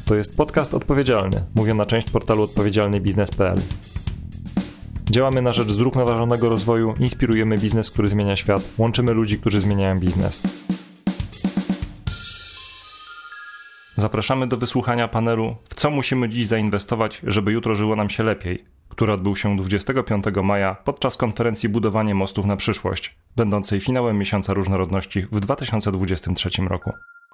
To jest podcast odpowiedzialny, mówiona część portalu odpowiedzialnybiznes.pl. Działamy na rzecz zrównoważonego rozwoju, inspirujemy biznes, który zmienia świat, łączymy ludzi, którzy zmieniają biznes. Zapraszamy do wysłuchania panelu "W co musimy dziś zainwestować, żeby jutro żyło nam się lepiej?", który odbył się 25 maja podczas konferencji Budowanie mostów na przyszłość, będącej finałem Miesiąca Różnorodności w 2023 roku.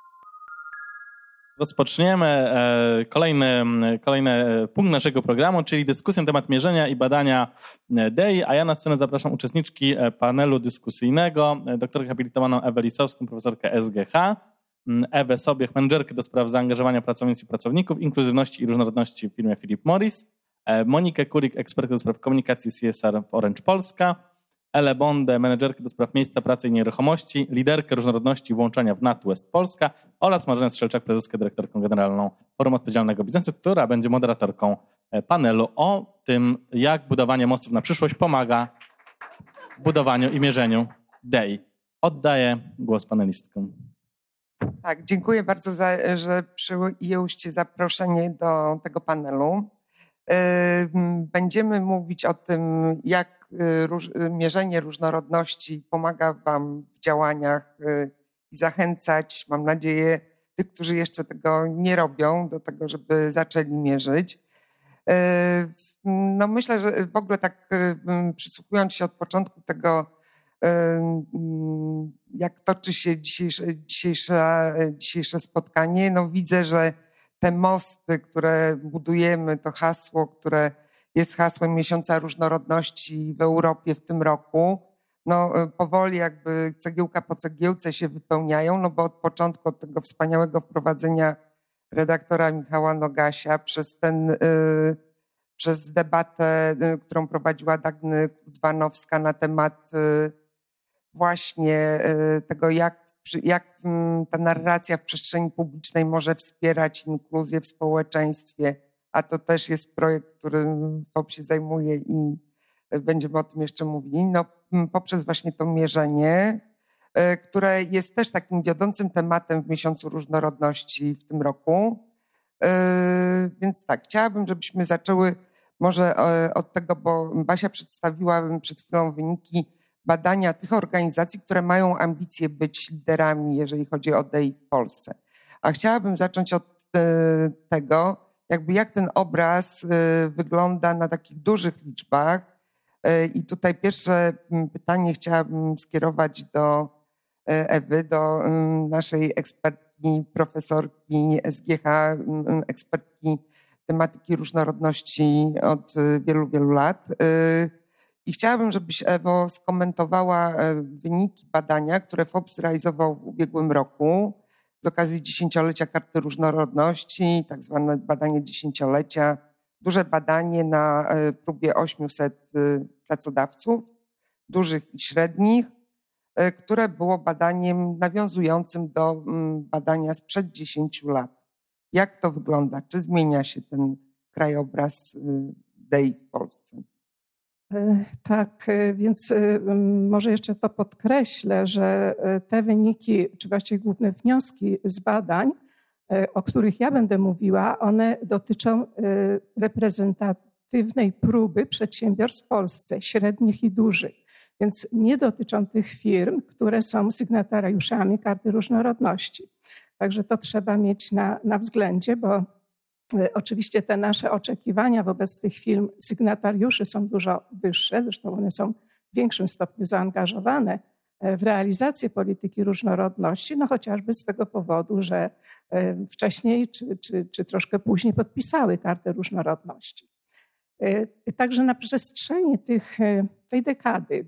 Rozpoczniemy kolejny punkt naszego programu, czyli dyskusję na temat mierzenia i badania DEI, a ja na scenę zapraszam uczestniczki panelu dyskusyjnego, doktorkę habilitowaną Ewę Lisowską, profesorkę SGH, Ewę Sobiech, menedżerkę do spraw zaangażowania pracownic i pracowników, inkluzywności i różnorodności w firmie Philip Morris, Monikę Kulik, ekspertkę do spraw komunikacji CSR w Orange Polska, Elę Bondę, menedżerkę do spraw miejsca pracy i nieruchomości, liderkę różnorodności i włączania w NatWest Polska oraz Marzenę Strzelczak, prezeskę, dyrektorką generalną Forum Odpowiedzialnego Biznesu, która będzie moderatorką panelu o tym, jak budowanie mostów na przyszłość pomaga w budowaniu i mierzeniu DEI. Oddaję głos panelistkom. Tak, dziękuję bardzo, że przyjęłyście zaproszenie do tego panelu. Będziemy mówić o tym, jak mierzenie różnorodności pomaga Wam w działaniach i zachęcać, mam nadzieję, tych, którzy jeszcze tego nie robią, do tego, żeby zaczęli mierzyć. No myślę, że w ogóle tak przysłuchując się od początku tego, jak toczy się dzisiejsze spotkanie, no widzę, że te mosty, które budujemy, to hasło, które jest hasłem Miesiąca Różnorodności w Europie w tym roku, no powoli jakby cegiełka po cegiełce się wypełniają, no bo od początku, od tego wspaniałego wprowadzenia redaktora Michała Nogasia przez debatę, którą prowadziła Dagny Kurtwanowska na temat właśnie tego, jak ta narracja w przestrzeni publicznej może wspierać inkluzję w społeczeństwie, a to też jest projekt, którym FOP się zajmuje i będziemy o tym jeszcze mówili, no, poprzez właśnie to mierzenie, które jest też takim wiodącym tematem w Miesiącu Różnorodności w tym roku. Więc tak, chciałabym, żebyśmy zaczęły może od tego, bo Basia przedstawiła przed chwilą wyniki badania tych organizacji, które mają ambicje być liderami, jeżeli chodzi o DEI w Polsce. A chciałabym zacząć od tego, jak ten obraz wygląda na takich dużych liczbach. I tutaj pierwsze pytanie chciałabym skierować do Ewy, do naszej ekspertki, profesorki SGH, ekspertki tematyki różnorodności od wielu, wielu lat. I chciałabym, żebyś, Ewo, skomentowała wyniki badania, które FOP zrealizował w ubiegłym roku z okazji 10-lecia Karty Różnorodności, tak zwane badanie 10-lecia, duże badanie na próbie 800 pracodawców, dużych i średnich, które było badaniem nawiązującym do badania sprzed 10 lat. Jak to wygląda? Czy zmienia się ten krajobraz DEI w Polsce? Tak, więc może jeszcze to podkreślę, że te wyniki, czy właściwie główne wnioski z badań, o których ja będę mówiła, one dotyczą reprezentatywnej próby przedsiębiorstw w Polsce, średnich i dużych. Więc nie dotyczą tych firm, które są sygnatariuszami Karty Różnorodności. Także to trzeba mieć na względzie, bo oczywiście te nasze oczekiwania wobec tych firm sygnatariuszy są dużo wyższe, zresztą one są w większym stopniu zaangażowane w realizację polityki różnorodności, no chociażby z tego powodu, że wcześniej czy troszkę później podpisały Kartę Różnorodności. Także na przestrzeni tej dekady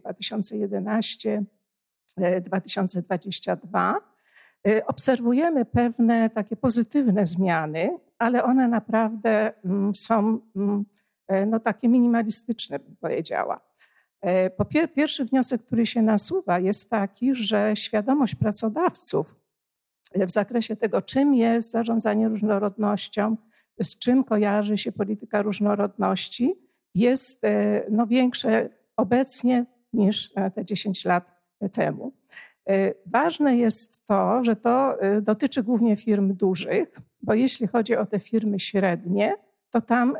2011-2022 obserwujemy pewne takie pozytywne zmiany, ale one naprawdę są takie minimalistyczne, bym powiedziała. Pierwszy wniosek, który się nasuwa, jest taki, że świadomość pracodawców w zakresie tego, czym jest zarządzanie różnorodnością, z czym kojarzy się polityka różnorodności, jest większe obecnie niż te 10 lat temu. Ważne jest to, że to dotyczy głównie firm dużych, bo jeśli chodzi o te firmy średnie, to tam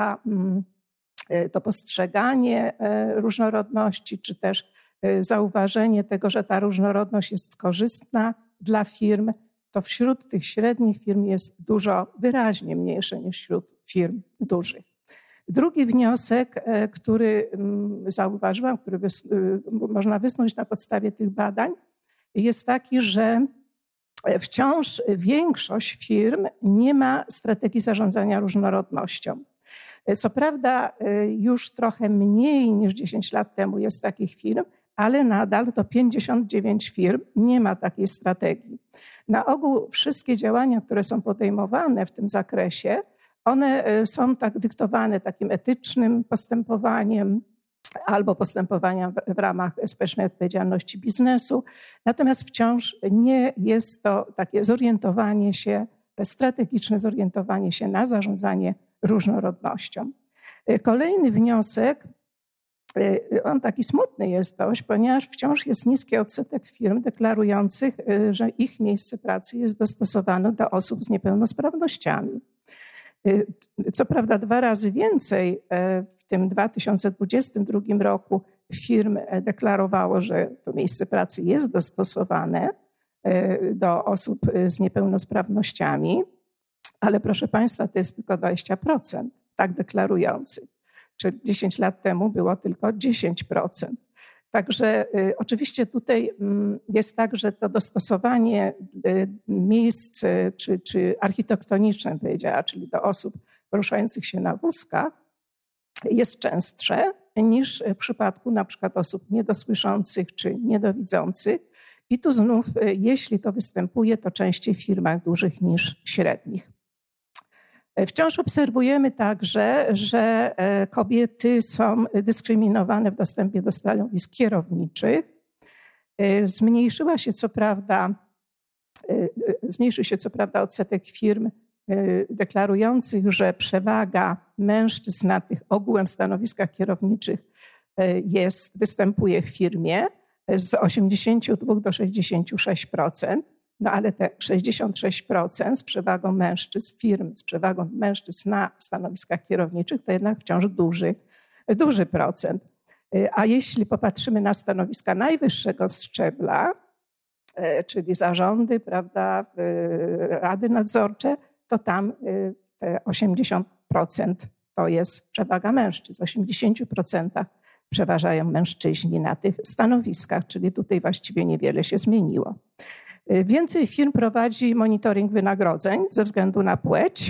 to postrzeganie różnorodności, czy też zauważenie tego, że ta różnorodność jest korzystna dla firm, to wśród tych średnich firm jest dużo wyraźnie mniejsze niż wśród firm dużych. Drugi wniosek, który zauważyłam, który można wysnuć na podstawie tych badań, jest taki, że wciąż większość firm nie ma strategii zarządzania różnorodnością. Co prawda już trochę mniej niż 10 lat temu jest takich firm, ale nadal to 59 firm nie ma takiej strategii. Na ogół wszystkie działania, które są podejmowane w tym zakresie, one są tak dyktowane takim etycznym postępowaniem albo postępowaniem w ramach społecznej odpowiedzialności biznesu. Natomiast wciąż nie jest to takie zorientowanie się, strategiczne zorientowanie się na zarządzanie różnorodnością. Kolejny wniosek, on taki smutny jest dość, ponieważ wciąż jest niski odsetek firm deklarujących, że ich miejsce pracy jest dostosowane do osób z niepełnosprawnościami. Co prawda 2 razy więcej w tym 2022 roku firm deklarowało, że to miejsce pracy jest dostosowane do osób z niepełnosprawnościami, ale proszę Państwa, to jest tylko 20% tak deklarujących. Czyli 10 lat temu było tylko 10%. Także oczywiście tutaj jest tak, że to dostosowanie miejsc czy architektoniczne, powiedziała, czyli do osób poruszających się na wózkach, jest częstsze niż w przypadku na przykład osób niedosłyszących czy niedowidzących. I tu znów, jeśli to występuje, to częściej w firmach dużych niż średnich. Wciąż obserwujemy także, że kobiety są dyskryminowane w dostępie do stanowisk kierowniczych. Zmniejszył się co prawda odsetek firm deklarujących, że przewaga mężczyzn na tych ogółem stanowiskach kierowniczych występuje w firmie z 82 do 66%. No ale te 66% z przewagą mężczyzn, firm z przewagą mężczyzn na stanowiskach kierowniczych to jednak wciąż duży procent. A jeśli popatrzymy na stanowiska najwyższego szczebla, czyli zarządy, prawda, rady nadzorcze, to tam te 80% to jest przewaga mężczyzn. W 80% przeważają mężczyźni na tych stanowiskach, czyli tutaj właściwie niewiele się zmieniło. Więcej firm prowadzi monitoring wynagrodzeń ze względu na płeć.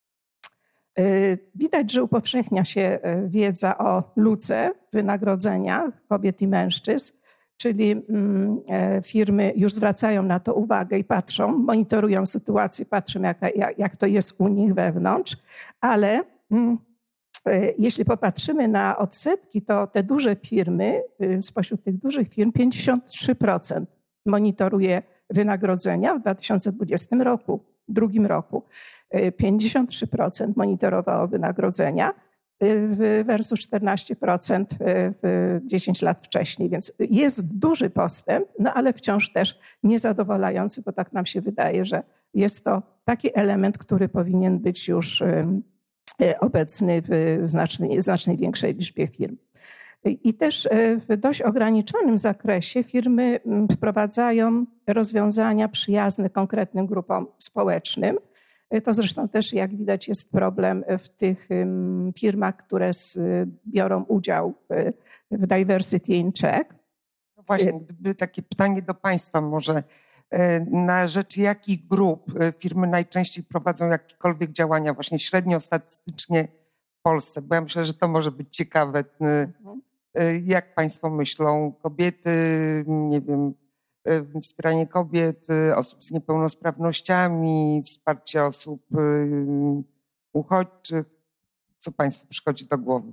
Widać, że upowszechnia się wiedza o luce w wynagrodzeniach kobiet i mężczyzn, czyli firmy już zwracają na to uwagę i patrzą, monitorują sytuację, patrzą jak to jest u nich wewnątrz, ale jeśli popatrzymy na odsetki, to te duże firmy, spośród tych dużych firm 53% monitoruje wynagrodzenia w 2020 roku, drugim roku. 53% monitorowało wynagrodzenia versus 14% 10 lat wcześniej. Więc jest duży postęp, no ale wciąż też niezadowalający, bo tak nam się wydaje, że jest to taki element, który powinien być już obecny w znacznie większej liczbie firm. I też w dość ograniczonym zakresie firmy wprowadzają rozwiązania przyjazne konkretnym grupom społecznym. To zresztą też, jak widać, jest problem w tych firmach, które biorą udział w Diversity in Check. No właśnie, gdyby takie pytanie do Państwa może. Na rzecz jakich grup firmy najczęściej prowadzą jakiekolwiek działania, właśnie średnio statystycznie w Polsce? Bo ja myślę, że to może być ciekawe. Jak Państwo myślą? Kobiety, nie wiem, wspieranie kobiet, osób z niepełnosprawnościami, wsparcie osób uchodźczych. Co Państwu przychodzi do głowy?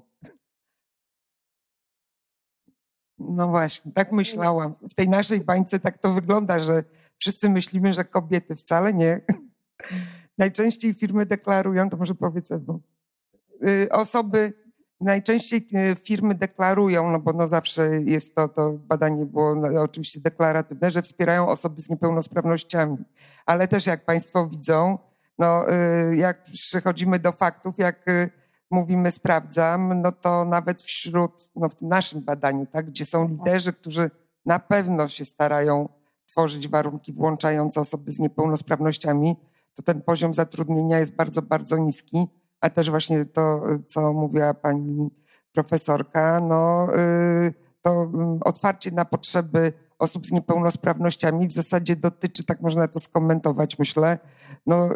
No właśnie, tak myślałam. W tej naszej bańce tak to wygląda, że wszyscy myślimy, że kobiety wcale nie. Najczęściej firmy deklarują, to może powiedz Ewo, najczęściej firmy deklarują, no bo no zawsze jest to badanie było oczywiście deklaratywne, że wspierają osoby z niepełnosprawnościami. Ale też jak Państwo widzą, No, jak przechodzimy do faktów, jak mówimy sprawdzam, no to nawet w tym naszym badaniu, tak, gdzie są liderzy, którzy na pewno się starają tworzyć warunki włączające osoby z niepełnosprawnościami, to ten poziom zatrudnienia jest bardzo, bardzo niski, a też właśnie to, co mówiła pani profesorka, no, to otwarcie na potrzeby osób z niepełnosprawnościami w zasadzie dotyczy, tak można to skomentować, myślę. No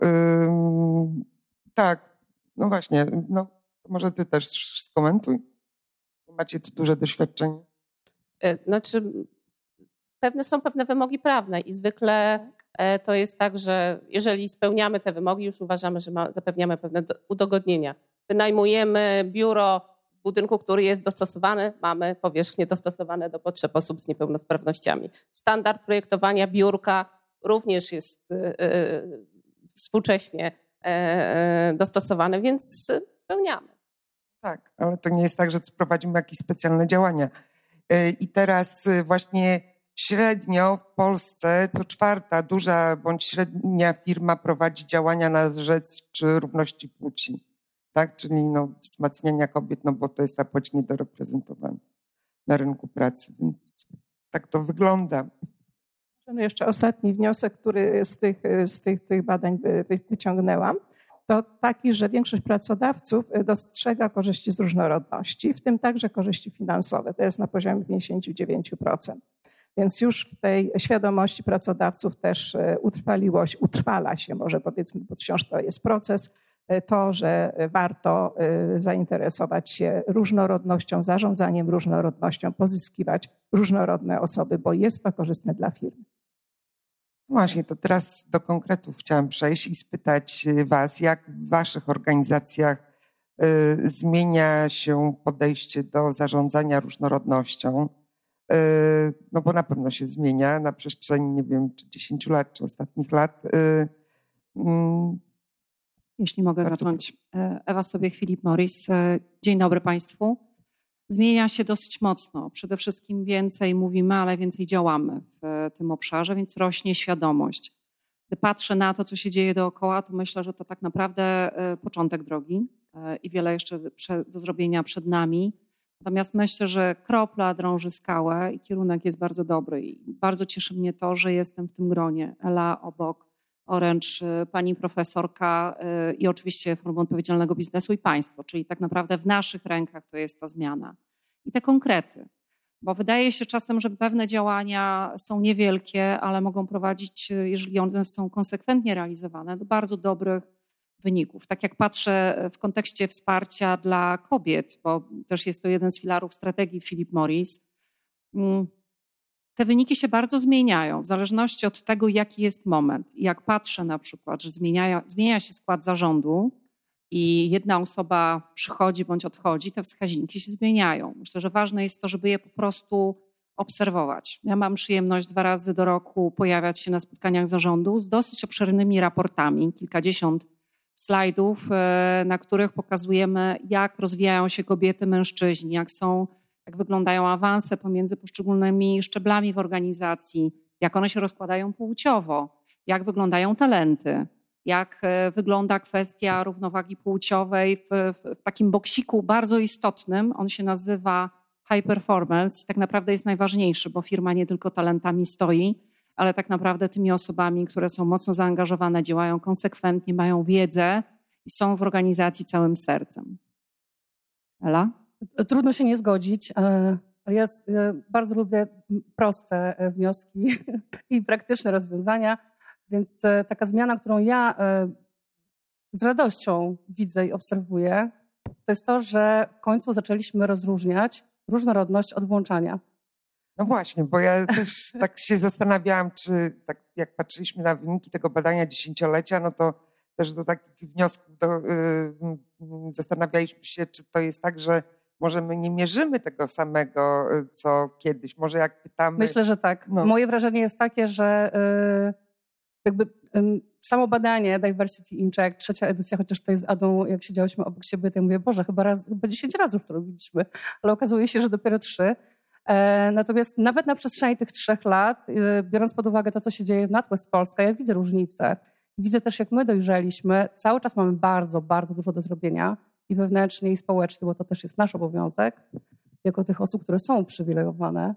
tak, no właśnie, no może ty też skomentuj. Macie tu duże doświadczenie. Znaczy, są pewne wymogi prawne i zwykle to jest tak, że jeżeli spełniamy te wymogi, już uważamy, że zapewniamy pewne udogodnienia. Wynajmujemy biuro w budynku, który jest dostosowany, mamy powierzchnie dostosowane do potrzeb osób z niepełnosprawnościami. Standard projektowania biurka również jest współcześnie dostosowany, więc spełniamy. Tak, ale to nie jest tak, że prowadzimy jakieś specjalne działania. I teraz właśnie średnio w Polsce co czwarta duża bądź średnia firma prowadzi działania na rzecz równości płci. Tak? Czyli wzmacniania kobiet, no bo to jest ta płeć niedoreprezentowana na rynku pracy, więc tak to wygląda. Jeszcze ostatni wniosek, który z tych badań wyciągnęłam, to taki, że większość pracodawców dostrzega korzyści z różnorodności, w tym także korzyści finansowe. To jest na poziomie 59%. Więc już w tej świadomości pracodawców też utrwala się, może powiedzmy, bo wciąż to jest proces, to, że warto zainteresować się różnorodnością, zarządzaniem różnorodnością, pozyskiwać różnorodne osoby, bo jest to korzystne dla firmy. Właśnie, to teraz do konkretów chciałam przejść i spytać was, jak w waszych organizacjach zmienia się podejście do zarządzania różnorodnością? No bo na pewno się zmienia na przestrzeni, nie wiem, czy 10 lat, czy ostatnich lat. Jeśli mogę zacząć. Ewa Sobiech, Philip Morris. Dzień dobry Państwu. Zmienia się dosyć mocno. Przede wszystkim więcej mówimy, ale więcej działamy w tym obszarze, więc rośnie świadomość. Gdy patrzę na to, co się dzieje dookoła, to myślę, że to tak naprawdę początek drogi i wiele jeszcze do zrobienia przed nami. Natomiast myślę, że kropla drąży skałę i kierunek jest bardzo dobry. I bardzo cieszy mnie to, że jestem w tym gronie. Ela obok, Orange, pani profesorka i oczywiście Forum Odpowiedzialnego Biznesu i państwo, czyli tak naprawdę w naszych rękach to jest ta zmiana. I te konkrety, bo wydaje się czasem, że pewne działania są niewielkie, ale mogą prowadzić, jeżeli one są konsekwentnie realizowane, do bardzo dobrych wyników. Tak jak patrzę w kontekście wsparcia dla kobiet, bo też jest to jeden z filarów strategii Philip Morris, te wyniki się bardzo zmieniają w zależności od tego, jaki jest moment. I jak patrzę na przykład, że zmienia się skład zarządu i jedna osoba przychodzi bądź odchodzi, te wskaźniki się zmieniają. Myślę, że ważne jest to, żeby je po prostu obserwować. Ja mam przyjemność 2 razy do roku pojawiać się na spotkaniach zarządu z dosyć obszernymi raportami, kilkadziesiąt slajdów, na których pokazujemy, jak rozwijają się kobiety, mężczyźni, jak wyglądają awanse pomiędzy poszczególnymi szczeblami w organizacji, jak one się rozkładają płciowo, jak wyglądają talenty, jak wygląda kwestia równowagi płciowej w takim boksiku bardzo istotnym. On się nazywa high performance. Tak naprawdę jest najważniejszy, bo firma nie tylko talentami stoi, ale tak naprawdę tymi osobami, które są mocno zaangażowane, działają konsekwentnie, mają wiedzę i są w organizacji całym sercem. Ela? Trudno się nie zgodzić, ale ja bardzo lubię proste wnioski i praktyczne rozwiązania, więc taka zmiana, którą ja z radością widzę i obserwuję, to jest to, że w końcu zaczęliśmy rozróżniać różnorodność od włączania. No właśnie, bo ja też tak się zastanawiałam, czy tak jak patrzyliśmy na wyniki tego badania 10-lecia, no to też do takich wniosków zastanawialiśmy się, czy to jest tak, że może my nie mierzymy tego samego, co kiedyś. Może jak pytamy... Myślę, że tak. No. Moje wrażenie jest takie, że jakby samo badanie Diversity in Check, 3. edycja, chociaż to jest Adą, jak siedziałyśmy obok siebie, to ja mówię, Boże, chyba 10 razy już to robiliśmy, ale okazuje się, że dopiero 3. Natomiast nawet na przestrzeni tych 3 lat, biorąc pod uwagę to, co się dzieje w NatWest Polska, ja widzę różnicę. Widzę też, jak my dojrzeliśmy. Cały czas mamy bardzo, bardzo dużo do zrobienia i wewnętrznie, i społecznie, bo to też jest nasz obowiązek, jako tych osób, które są uprzywilejowane.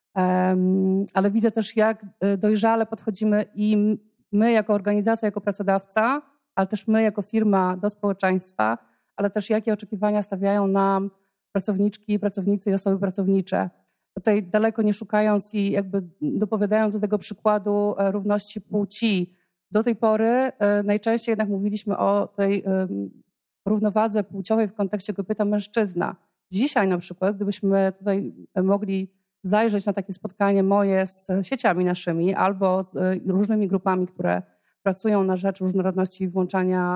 Ale widzę też, jak dojrzale podchodzimy i my jako organizacja, jako pracodawca, ale też my jako firma do społeczeństwa, ale też jakie oczekiwania stawiają nam pracowniczki, pracownicy i osoby pracownicze. Tutaj daleko nie szukając i jakby dopowiadając do tego przykładu równości płci, do tej pory najczęściej jednak mówiliśmy o tej równowadze płciowej w kontekście kobieta-mężczyzna. Dzisiaj na przykład, gdybyśmy tutaj mogli zajrzeć na takie spotkanie moje z sieciami naszymi albo z różnymi grupami, które pracują na rzecz różnorodności i włączania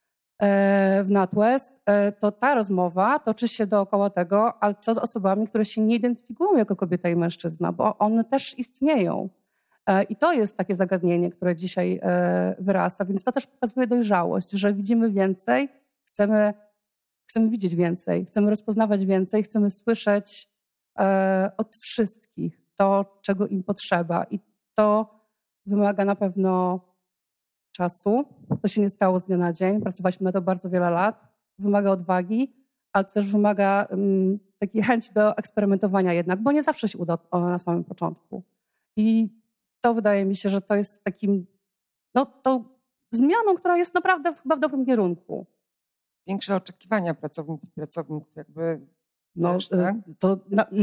w NatWest, to ta rozmowa toczy się dookoła tego, ale co z osobami, które się nie identyfikują jako kobieta i mężczyzna, bo one też istnieją. I to jest takie zagadnienie, które dzisiaj wyrasta, więc to też pokazuje dojrzałość, że widzimy więcej, chcemy widzieć więcej, chcemy rozpoznawać więcej, chcemy słyszeć od wszystkich to, czego im potrzeba. I to wymaga na pewno czasu. To się nie stało z dnia na dzień. Pracowaliśmy na to bardzo wiele lat. Wymaga odwagi, ale to też wymaga takiej chęci do eksperymentowania jednak, bo nie zawsze się uda na samym początku. I to wydaje mi się, że to jest takim, tą zmianą, która jest naprawdę chyba w dobrym kierunku. Większe oczekiwania pracownic i pracowników jakby. To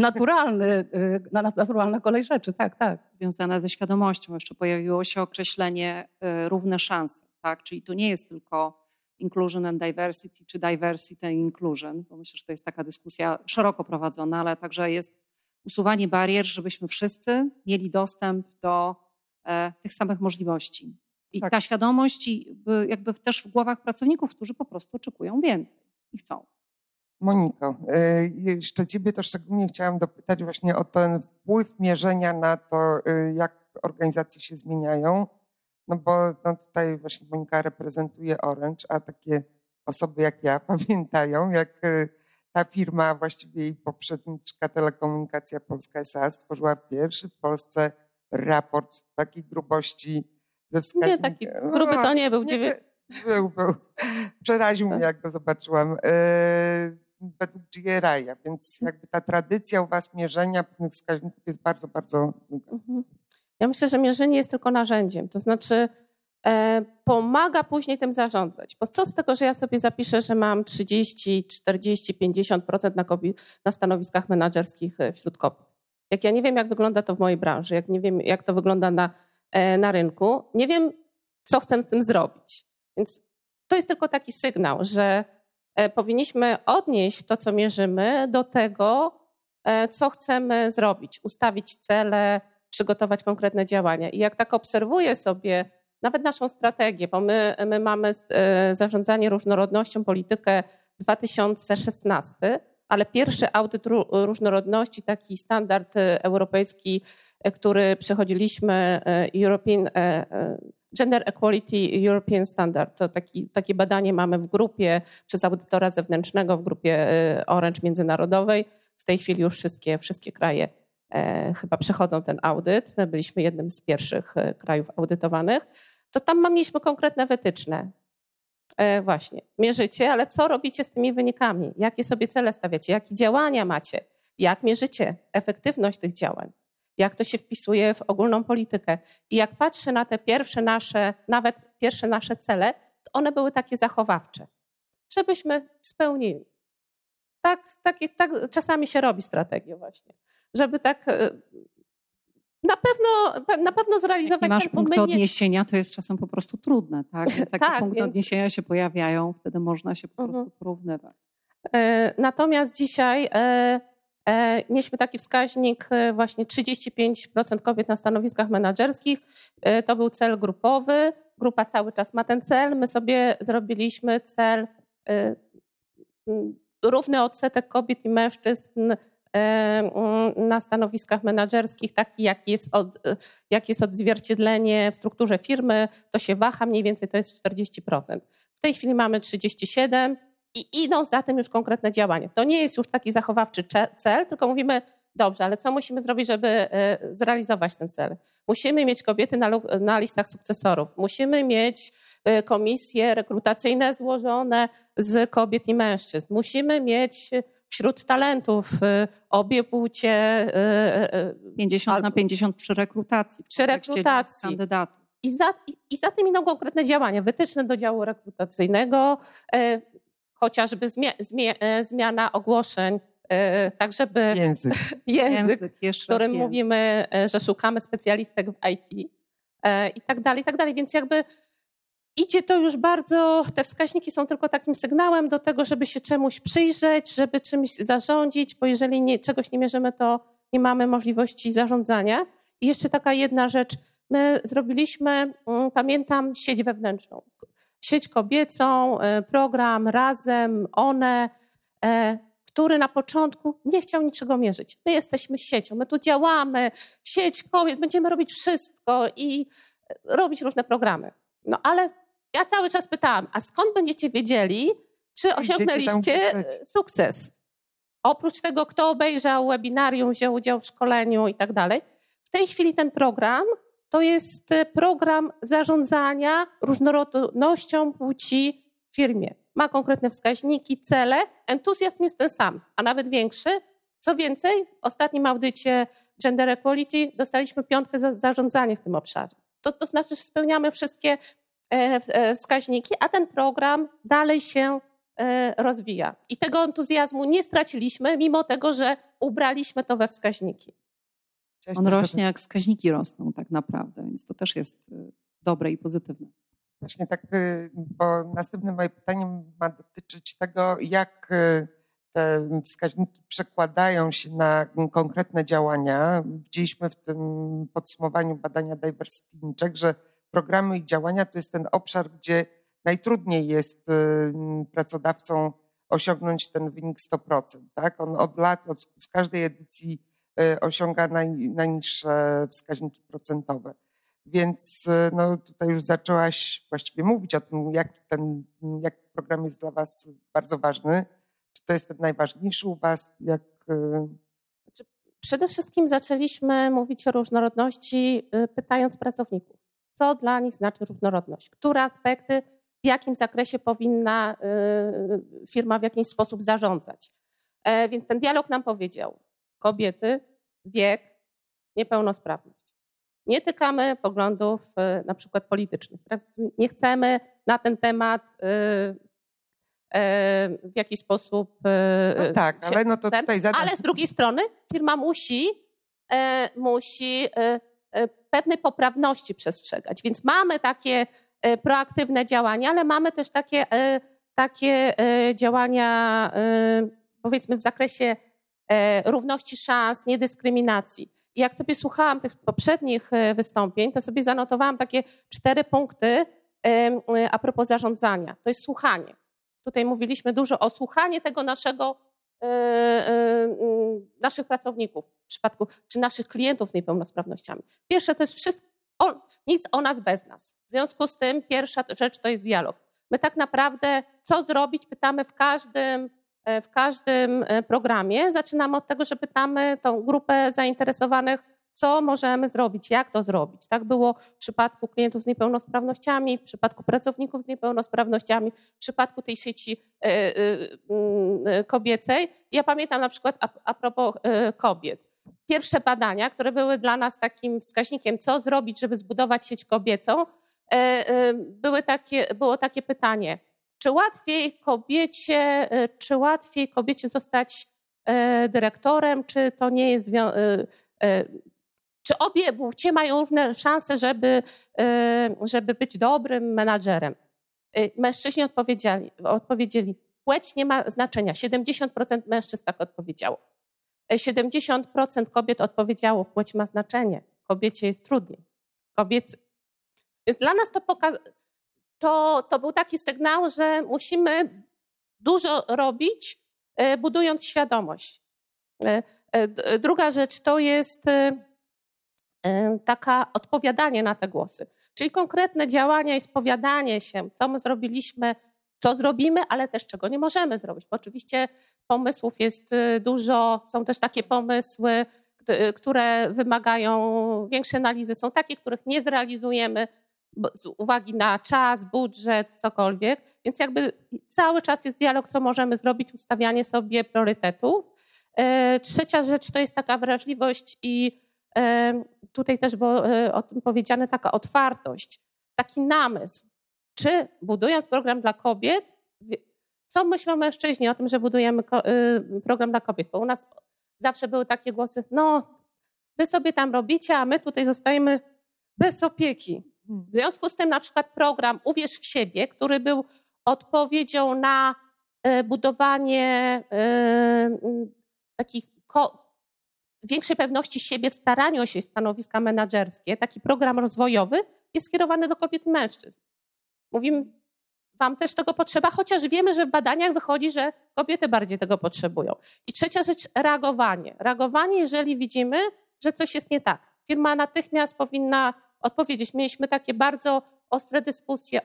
naturalna kolej rzeczy, tak. Związane ze świadomością jeszcze pojawiło się określenie równe szanse, tak? Czyli to nie jest tylko inclusion and diversity, czy diversity and inclusion, bo myślę, że to jest taka dyskusja szeroko prowadzona, ale także jest usuwanie barier, żebyśmy wszyscy mieli dostęp do tych samych możliwości. I ta świadomość jakby też w głowach pracowników, którzy po prostu oczekują więcej i chcą. Moniko, jeszcze ciebie to szczególnie chciałam dopytać właśnie o ten wpływ mierzenia na to, jak organizacje się zmieniają. No bo tutaj właśnie Monika reprezentuje Orange, a takie osoby jak ja pamiętają, jak ta firma, właściwie jej poprzedniczka Telekomunikacja Polska S.A. stworzyła pierwszy w Polsce raport takiej grubości ze wskaźnikiem. Nie, taki gruby to nie był. Był. Przeraził mnie, jak go zobaczyłam. Według GRI, więc jakby ta tradycja u was mierzenia pewnych wskaźników jest bardzo, bardzo długa. Ja myślę, że mierzenie jest tylko narzędziem. To znaczy pomaga później tym zarządzać. Bo co z tego, że ja sobie zapiszę, że mam 30, 40, 50% na stanowiskach menadżerskich wśród kobiet. Jak ja nie wiem, jak wygląda to w mojej branży, jak nie wiem, jak to wygląda na rynku, nie wiem, co chcę z tym zrobić. Więc to jest tylko taki sygnał, że powinniśmy odnieść to, co mierzymy, do tego, co chcemy zrobić, ustawić cele, przygotować konkretne działania. I jak tak obserwuję sobie nawet naszą strategię, bo my mamy zarządzanie różnorodnością, politykę 2016, ale pierwszy audyt różnorodności, taki standard europejski, który przechodziliśmy, Gender Equality European Standard. To takie badanie mamy w grupie przez audytora zewnętrznego, w grupie Orange Międzynarodowej. W tej chwili już wszystkie kraje chyba przechodzą ten audyt. My byliśmy jednym z pierwszych krajów audytowanych. To tam mieliśmy konkretne wytyczne. Właśnie, mierzycie, ale co robicie z tymi wynikami? Jakie sobie cele stawiacie? Jakie działania macie? Jak mierzycie efektywność tych działań? Jak to się wpisuje w ogólną politykę? I jak patrzę na te nawet pierwsze nasze cele, to one były takie zachowawcze, żebyśmy spełnili. Tak czasami się robi strategię właśnie, żeby tak na pewno zrealizować. Jak masz punkty odniesienia, to jest czasem po prostu trudne, tak? Więc jak te punkty odniesienia się pojawiają, wtedy można się po prostu porównywać. Natomiast dzisiaj mieliśmy taki wskaźnik właśnie 35% kobiet na stanowiskach menadżerskich. To był cel grupowy. Grupa cały czas ma ten cel. My sobie zrobiliśmy cel równy odsetek kobiet i mężczyzn na stanowiskach menadżerskich, taki jak jest odzwierciedlenie w strukturze firmy. To się waha, mniej więcej to jest 40%. W tej chwili mamy 37%. I idą za tym już konkretne działania. To nie jest już taki zachowawczy cel, tylko mówimy, Dobrze, ale co musimy zrobić, żeby zrealizować ten cel? Musimy mieć kobiety na listach sukcesorów. Musimy mieć komisje rekrutacyjne złożone z kobiet i mężczyzn. Musimy mieć wśród talentów obie płcie. 50/50 przy rekrutacji. Przy rekrutacji. Kandydatów. I za tym idą konkretne działania, wytyczne do działu rekrutacyjnego, chociażby zmiana ogłoszeń, tak żeby język w którym mówimy, że szukamy specjalistek w IT i tak dalej, więc jakby idzie to już bardzo, te wskaźniki są tylko takim sygnałem do tego, żeby się czemuś przyjrzeć, żeby czymś zarządzić, bo jeżeli czegoś nie mierzymy, to nie mamy możliwości zarządzania. I jeszcze taka jedna rzecz, my zrobiliśmy, pamiętam, sieć wewnętrzną, sieć kobiecą, program Razem, One, który na początku nie chciał niczego mierzyć. My jesteśmy siecią, my tu działamy, sieć kobiet, będziemy robić wszystko i robić różne programy. No ale ja cały czas pytałam, a skąd będziecie wiedzieli, czy osiągnęliście sukces? Oprócz tego, kto obejrzał webinarium, wziął udział w szkoleniu i tak dalej. W tej chwili ten program to jest program zarządzania różnorodnością płci w firmie. Ma konkretne wskaźniki, cele, entuzjazm jest ten sam, a nawet większy. Co więcej, w ostatnim audycie Gender Equality dostaliśmy 5 za zarządzanie w tym obszarze. To znaczy, że spełniamy wszystkie wskaźniki, a ten program dalej się rozwija. I tego entuzjazmu nie straciliśmy, mimo tego, że ubraliśmy to we wskaźniki. On rośnie jak wskaźniki rosną tak naprawdę, więc to też jest dobre i pozytywne. Właśnie tak, bo następne moje pytanie ma dotyczyć tego, jak te wskaźniki przekładają się na konkretne działania. Widzieliśmy w tym podsumowaniu badania Diversity in Czech, że programy i działania to jest ten obszar, gdzie najtrudniej jest pracodawcom osiągnąć ten wynik 100%. Tak? On od lat, w każdej edycji osiąga najniższe wskaźniki procentowe. Więc no, tutaj już zaczęłaś właściwie mówić o tym, jak program jest dla was bardzo ważny. Czy to jest ten najważniejszy u was? Przede wszystkim zaczęliśmy mówić o różnorodności, pytając pracowników, co dla nich znaczy różnorodność, które aspekty, w jakim zakresie powinna firma w jakiś sposób zarządzać. Więc ten dialog nam powiedział: kobiety, wiek, niepełnosprawność. Nie tykamy poglądów na przykład politycznych. Nie chcemy na ten temat w jakiś sposób... No tak, ale no to tutaj Ale z drugiej strony firma musi pewnej poprawności przestrzegać. Więc mamy takie proaktywne działania, ale mamy też takie działania powiedzmy w zakresie równości szans, niedyskryminacji. I jak sobie słuchałam tych poprzednich wystąpień, to sobie zanotowałam takie 4 punkty a propos zarządzania. To jest słuchanie. Tutaj mówiliśmy dużo o słuchaniu tego naszych pracowników w przypadku, czy naszych klientów z niepełnosprawnościami. Pierwsze to jest nic o nas bez nas. W związku z tym pierwsza rzecz to jest dialog. My tak naprawdę co zrobić pytamy w każdym programie. Zaczynamy od tego, że pytamy tą grupę zainteresowanych, co możemy zrobić, jak to zrobić. Tak było w przypadku klientów z niepełnosprawnościami, w przypadku pracowników z niepełnosprawnościami, w przypadku tej sieci kobiecej. Ja pamiętam na przykład a propos kobiet. Pierwsze badania, które były dla nas takim wskaźnikiem, co zrobić, żeby zbudować sieć kobiecą, było takie pytanie: czy łatwiej kobiecie zostać dyrektorem, czy to nie jest... Czy obie płcie mają równe szanse, żeby być dobrym menadżerem? Mężczyźni odpowiedzieli, płeć nie ma znaczenia. 70% mężczyzn tak odpowiedziało. 70% kobiet odpowiedziało, płeć ma znaczenie. Kobiecie jest trudniej. Kobiecy. Więc dla nas to był taki sygnał, że musimy dużo robić, budując świadomość. Druga rzecz to jest taka odpowiadanie na te głosy, czyli konkretne działania i spowiadanie się, co my zrobiliśmy co zrobimy, ale też czego nie możemy zrobić. Bo oczywiście pomysłów jest dużo, są też takie pomysły, które wymagają większej analizy, są takie, których nie zrealizujemy z uwagi na czas, budżet, cokolwiek. Więc jakby cały czas jest dialog, co możemy zrobić, ustawianie sobie priorytetów. Trzecia rzecz to jest taka wrażliwość i tutaj też było o tym powiedziane, taka otwartość, taki namysł. Czy budując program dla kobiet, co myślą mężczyźni o tym, że budujemy program dla kobiet? Bo u nas zawsze były takie głosy, no wy sobie tam robicie, a my tutaj zostajemy bez opieki. W związku z tym na przykład program Uwierz w siebie, który był odpowiedzią na budowanie takich większej pewności siebie w staraniu o się stanowiska menadżerskie, taki program rozwojowy jest skierowany do kobiet i mężczyzn. Mówimy, wam też tego potrzeba, chociaż wiemy, że w badaniach wychodzi, że kobiety bardziej tego potrzebują. I trzecia rzecz, reagowanie. Reagowanie, jeżeli widzimy, że coś jest nie tak. Firma natychmiast powinna odpowiedzieć. Mieliśmy takie bardzo ostre dyskusje,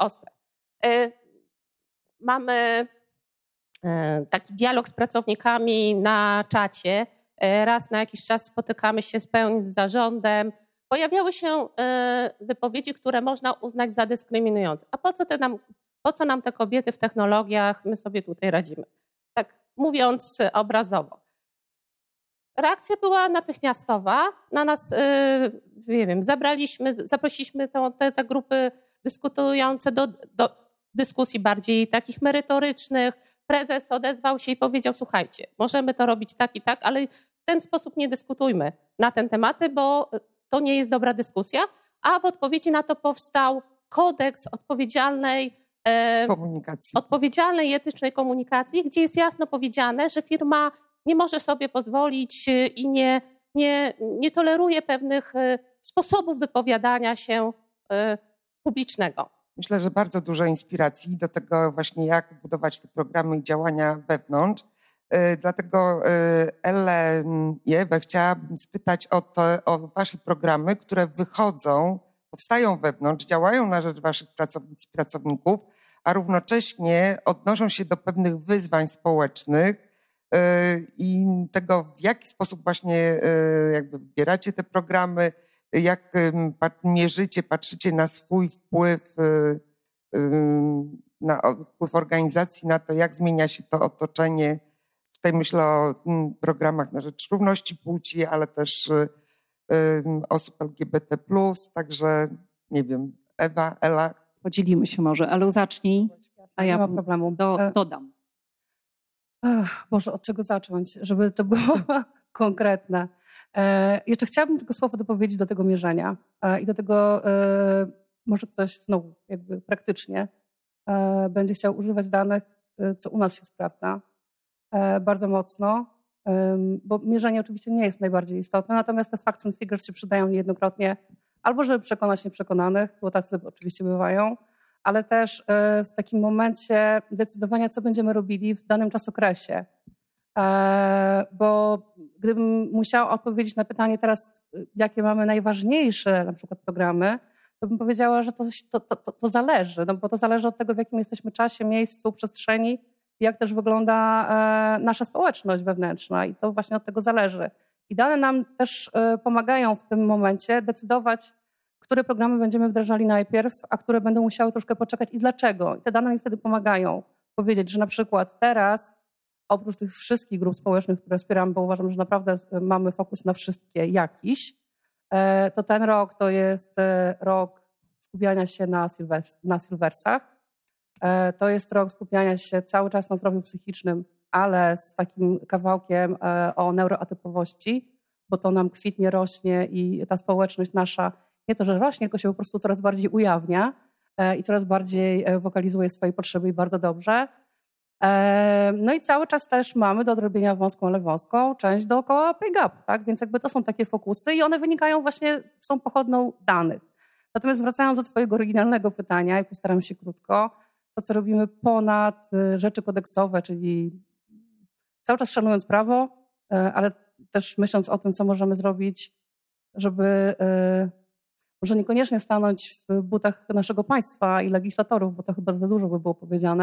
Mamy taki dialog z pracownikami na czacie. Raz na jakiś czas spotykamy się z zarządem. Pojawiały się wypowiedzi, które można uznać za dyskryminujące. A po co nam te kobiety w technologiach? My sobie tutaj radzimy. Tak mówiąc obrazowo. Reakcja była natychmiastowa. Na nas, nie wiem, zaprosiliśmy te grupy dyskutujące do dyskusji bardziej takich merytorycznych. Prezes odezwał się i powiedział, słuchajcie, możemy to robić tak i tak, ale w ten sposób nie dyskutujmy na ten tematy, bo to nie jest dobra dyskusja. A w odpowiedzi na to powstał kodeks odpowiedzialnej i etycznej komunikacji, gdzie jest jasno powiedziane, że firma nie może sobie pozwolić i nie toleruje pewnych sposobów wypowiadania się publicznego. Myślę, że bardzo dużo inspiracji do tego właśnie, jak budować te programy i działania wewnątrz. Dlatego Ellę i Ewę chciałabym spytać o wasze programy, które powstają wewnątrz, działają na rzecz waszych pracownic i pracowników, a równocześnie odnoszą się do pewnych wyzwań społecznych i tego, w jaki sposób właśnie jakby wybieracie te programy, jak mierzycie, patrzycie na swój wpływ, na wpływ organizacji na to, jak zmienia się to otoczenie. Tutaj myślę o programach na rzecz równości płci, ale też osób LGBT+, także nie wiem, Ewa, Ela. Podzielimy się może, ale zacznij, a ja nie ma problemu. Dodam. Boże, od czego zacząć, żeby to było konkretne. Jeszcze chciałabym tylko słowo dopowiedzieć do tego mierzenia i do tego, może ktoś znowu jakby praktycznie będzie chciał używać danych, co u nas się sprawdza bardzo mocno, bo mierzenie oczywiście nie jest najbardziej istotne, natomiast te facts and figures się przydają niejednokrotnie albo żeby przekonać nieprzekonanych, bo tacy oczywiście bywają, ale też w takim momencie decydowania, co będziemy robili w danym czasokresie. Bo gdybym musiała odpowiedzieć na pytanie teraz, jakie mamy najważniejsze na przykład programy, to bym powiedziała, że to zależy, no bo to zależy od tego, w jakim jesteśmy czasie, miejscu, przestrzeni, jak też wygląda nasza społeczność wewnętrzna i to właśnie od tego zależy. I dane nam też pomagają w tym momencie decydować, które programy będziemy wdrażali najpierw, a które będą musiały troszkę poczekać i dlaczego. I te dane mi wtedy pomagają powiedzieć, że na przykład teraz oprócz tych wszystkich grup społecznych, które wspieramy, bo uważam, że naprawdę mamy fokus na wszystkie jakiś, to ten rok to jest rok skupiania się na silversach. To jest rok skupiania się cały czas na zdrowiu psychicznym, ale z takim kawałkiem o neuroatypowości, bo to nam kwitnie, rośnie i ta społeczność nasza nie to, że rośnie, tylko się po prostu coraz bardziej ujawnia i coraz bardziej wokalizuje swoje potrzeby i bardzo dobrze. No i cały czas też mamy do odrobienia wąską, ale wąską część dookoła pay gap, tak? Więc jakby to są takie fokusy i one wynikają właśnie, są pochodną danych. Natomiast wracając do twojego oryginalnego pytania i postaram się krótko, to co robimy ponad rzeczy kodeksowe, czyli cały czas szanując prawo, ale też myśląc o tym, co możemy zrobić, żeby może niekoniecznie stanąć w butach naszego państwa i legislatorów, bo to chyba za dużo by było powiedziane,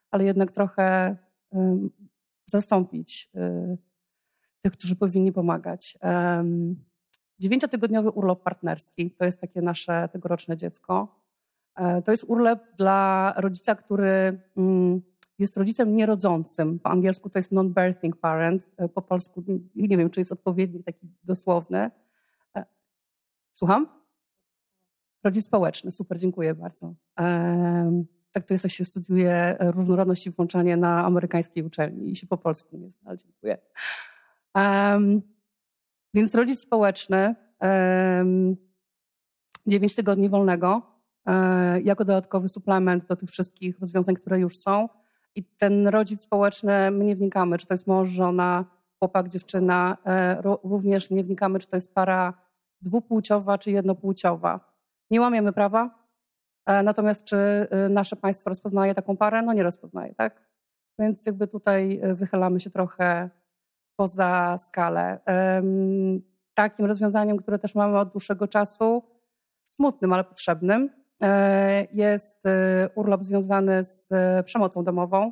ale jednak trochę zastąpić tych, którzy powinni pomagać. 9-tygodniowy urlop partnerski to jest takie nasze tegoroczne dziecko. To jest urlop dla rodzica, który jest rodzicem nierodzącym. Po angielsku to jest non-birthing parent, po polsku nie wiem, czy jest odpowiednik taki dosłowny. Słucham? Rodzic społeczny, super, dziękuję bardzo. Tak to jest, jak się studiuje różnorodność i włączanie na amerykańskiej uczelni i się po polsku nie zna, ale dziękuję. Więc rodzic społeczny, 9 tygodni wolnego, jako dodatkowy suplement do tych wszystkich rozwiązań, które już są. I ten rodzic społeczny, my nie wnikamy, czy to jest mąż, żona, chłopak, dziewczyna. Również nie wnikamy, czy to jest para dwupłciowa, czy jednopłciowa. Nie łamiemy prawa, natomiast czy nasze państwo rozpoznaje taką parę? No nie rozpoznaje, tak? Więc jakby tutaj wychylamy się trochę poza skalę. Takim rozwiązaniem, które też mamy od dłuższego czasu, smutnym, ale potrzebnym, jest urlop związany z przemocą domową.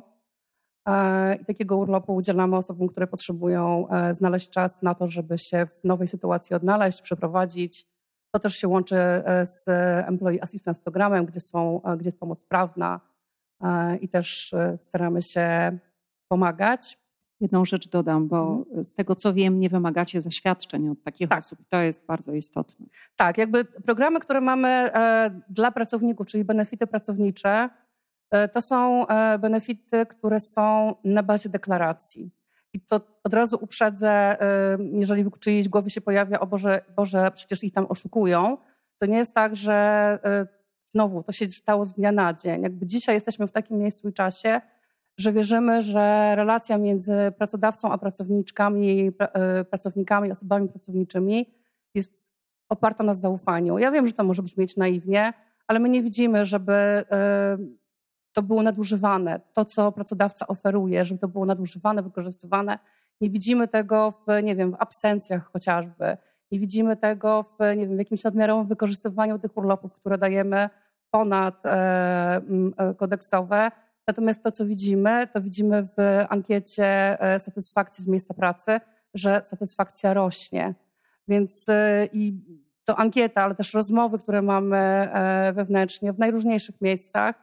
I takiego urlopu udzielamy osobom, które potrzebują znaleźć czas na to, żeby się w nowej sytuacji odnaleźć, przeprowadzić. To też się łączy z Employee Assistance Programem, gdzie jest pomoc prawna i też staramy się pomagać. Jedną rzecz dodam, bo z tego co wiem, nie wymagacie zaświadczeń od takich osób. To jest bardzo istotne. Tak, jakby programy, które mamy dla pracowników, czyli benefity pracownicze, to są benefity, które są na bazie deklaracji. I to od razu uprzedzę, jeżeli w czyjejś głowie się pojawia, o Boże, przecież ich tam oszukują, to nie jest tak, że znowu to się stało z dnia na dzień. Jakby dzisiaj jesteśmy w takim miejscu i czasie, że wierzymy, że relacja między pracodawcą a pracownikami, osobami pracowniczymi jest oparta na zaufaniu. Ja wiem, że to może brzmieć naiwnie, ale my nie widzimy, żeby to było nadużywane. To, co pracodawca oferuje, żeby to było nadużywane, wykorzystywane. Nie widzimy tego w absencjach chociażby. Nie widzimy tego w jakimś nadmiarowym wykorzystywaniu tych urlopów, które dajemy ponad kodeksowe. Natomiast to, co widzimy, to widzimy w ankiecie satysfakcji z miejsca pracy, że satysfakcja rośnie. Więc i to ankieta, ale też rozmowy, które mamy wewnętrznie w najróżniejszych miejscach,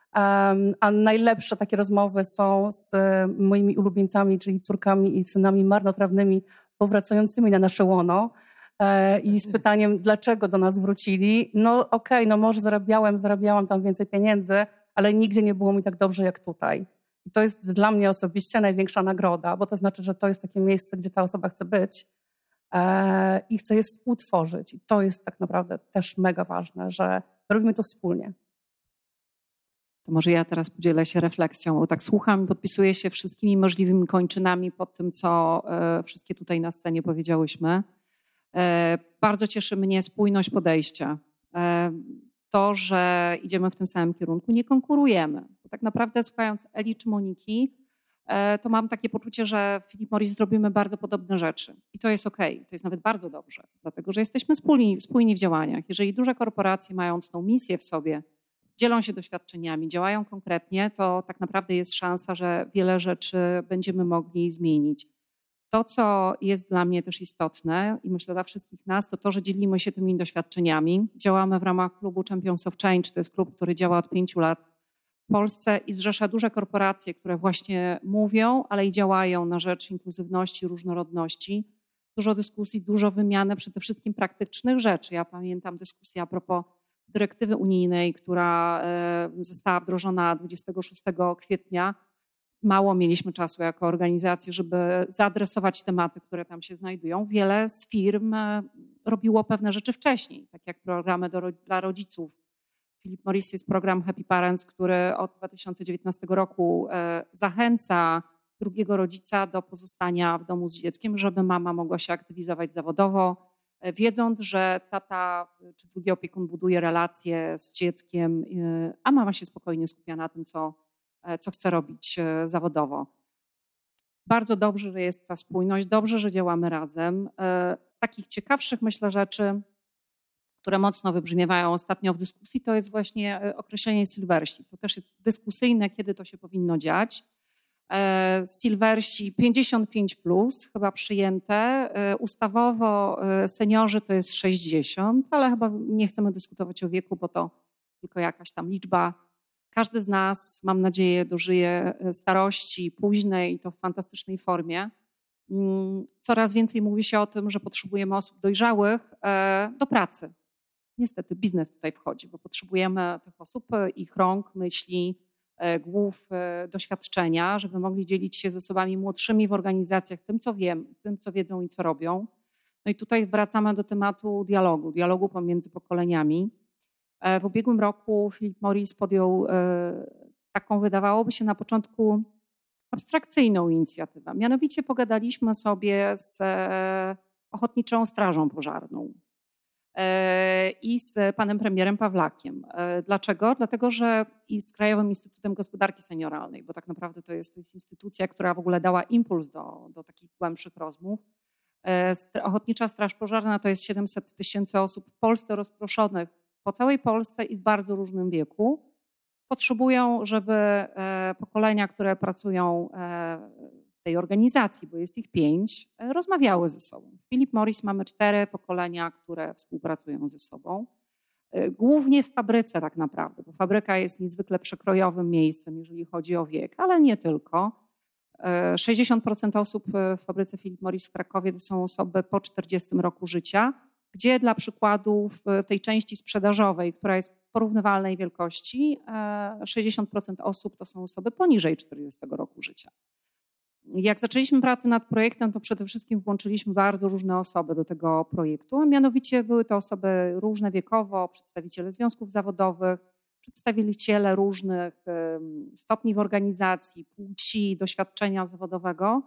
a najlepsze takie rozmowy są z moimi ulubieńcami, czyli córkami i synami marnotrawnymi powracającymi na nasze łono i z pytaniem, dlaczego do nas wrócili. No okej, może zarabiałam tam więcej pieniędzy, ale nigdzie nie było mi tak dobrze jak tutaj. I to jest dla mnie osobiście największa nagroda, bo to znaczy, że to jest takie miejsce, gdzie ta osoba chce być i chce je współtworzyć. I to jest tak naprawdę też mega ważne, że robimy to wspólnie. To może ja teraz podzielę się refleksją, bo tak słucham i podpisuję się wszystkimi możliwymi kończynami pod tym, co wszystkie tutaj na scenie powiedziałyśmy. Bardzo cieszy mnie spójność podejścia. To, że idziemy w tym samym kierunku, nie konkurujemy. Bo tak naprawdę słuchając Eli czy Moniki, to mam takie poczucie, że w Philip Morris zrobimy bardzo podobne rzeczy. I to jest okej, to jest nawet bardzo dobrze, dlatego że jesteśmy spójni w działaniach. Jeżeli duże korporacje mając tą misję w sobie, dzielą się doświadczeniami, działają konkretnie, to tak naprawdę jest szansa, że wiele rzeczy będziemy mogli zmienić. To, co jest dla mnie też istotne i myślę dla wszystkich nas, to, że dzielimy się tymi doświadczeniami. Działamy w ramach klubu Champions of Change, to jest klub, który działa od 5 lat w Polsce i zrzesza duże korporacje, które właśnie mówią, ale i działają na rzecz inkluzywności, różnorodności. Dużo dyskusji, dużo wymiany przede wszystkim praktycznych rzeczy. Ja pamiętam dyskusję a propos dyrektywy unijnej, która została wdrożona 26 kwietnia. Mało mieliśmy czasu jako organizacje, żeby zaadresować tematy, które tam się znajdują. Wiele z firm robiło pewne rzeczy wcześniej, tak jak programy dla rodziców. Philip Morris jest program Happy Parents, który od 2019 roku zachęca drugiego rodzica do pozostania w domu z dzieckiem, żeby mama mogła się aktywizować zawodowo, wiedząc, że tata czy drugi opiekun buduje relacje z dzieckiem, a mama się spokojnie skupia na tym, co chce robić zawodowo. Bardzo dobrze, że jest ta spójność, dobrze, że działamy razem. Z takich ciekawszych, myślę, rzeczy, które mocno wybrzmiewają ostatnio w dyskusji, to jest właśnie określenie silversi. To też jest dyskusyjne, kiedy to się powinno dziać. Silversi 55+, chyba przyjęte. Ustawowo seniorzy to jest 60, ale chyba nie chcemy dyskutować o wieku, bo to tylko jakaś tam liczba. Każdy z nas, mam nadzieję, dożyje starości późnej i to w fantastycznej formie. Coraz więcej mówi się o tym, że potrzebujemy osób dojrzałych do pracy. Niestety biznes tutaj wchodzi, bo potrzebujemy tych osób, ich rąk, myśli, głów, doświadczenia, żeby mogli dzielić się z osobami młodszymi w organizacjach tym, co wiedzą i co robią. No i tutaj wracamy do tematu dialogu pomiędzy pokoleniami. W ubiegłym roku Philip Morris podjął taką, wydawałoby się na początku, abstrakcyjną inicjatywę. Mianowicie pogadaliśmy sobie z Ochotniczą Strażą Pożarną i z panem premierem Pawlakiem. Dlaczego? Dlatego, że i z Krajowym Instytutem Gospodarki Senioralnej, bo tak naprawdę to jest instytucja, która w ogóle dała impuls do takich głębszych rozmów. Ochotnicza Straż Pożarna to jest 700 000 osób w Polsce rozproszonych po całej Polsce i w bardzo różnym wieku. Potrzebują, żeby pokolenia, które pracują w tej organizacji, bo jest ich 5, rozmawiały ze sobą. W Philip Morris mamy 4 pokolenia, które współpracują ze sobą. Głównie w fabryce tak naprawdę, bo fabryka jest niezwykle przekrojowym miejscem, jeżeli chodzi o wiek, ale nie tylko. 60% osób w fabryce Philip Morris w Krakowie to są osoby po 40 roku życia, gdzie dla przykładu w tej części sprzedażowej, która jest porównywalnej wielkości, 60% osób to są osoby poniżej 40 roku życia. Jak zaczęliśmy pracę nad projektem, to przede wszystkim włączyliśmy bardzo różne osoby do tego projektu, a mianowicie były to osoby różne wiekowo, przedstawiciele związków zawodowych, przedstawiciele różnych stopni w organizacji, płci, doświadczenia zawodowego.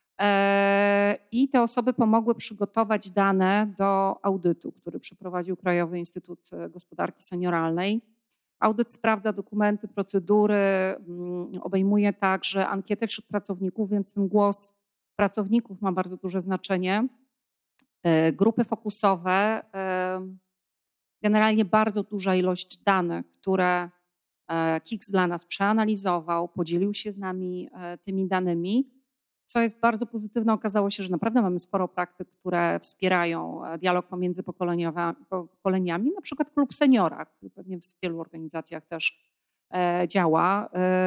I te osoby pomogły przygotować dane do audytu, który przeprowadził Krajowy Instytut Gospodarki Senioralnej. Audyt sprawdza dokumenty, procedury, obejmuje także ankietę wśród pracowników, więc ten głos pracowników ma bardzo duże znaczenie. Grupy fokusowe, generalnie bardzo duża ilość danych, które KIX dla nas przeanalizował, podzielił się z nami tymi danymi. Co jest bardzo pozytywne, okazało się, że naprawdę mamy sporo praktyk, które wspierają dialog pomiędzy pokoleniami, na przykład Klub Seniora, który pewnie w wielu organizacjach też działa.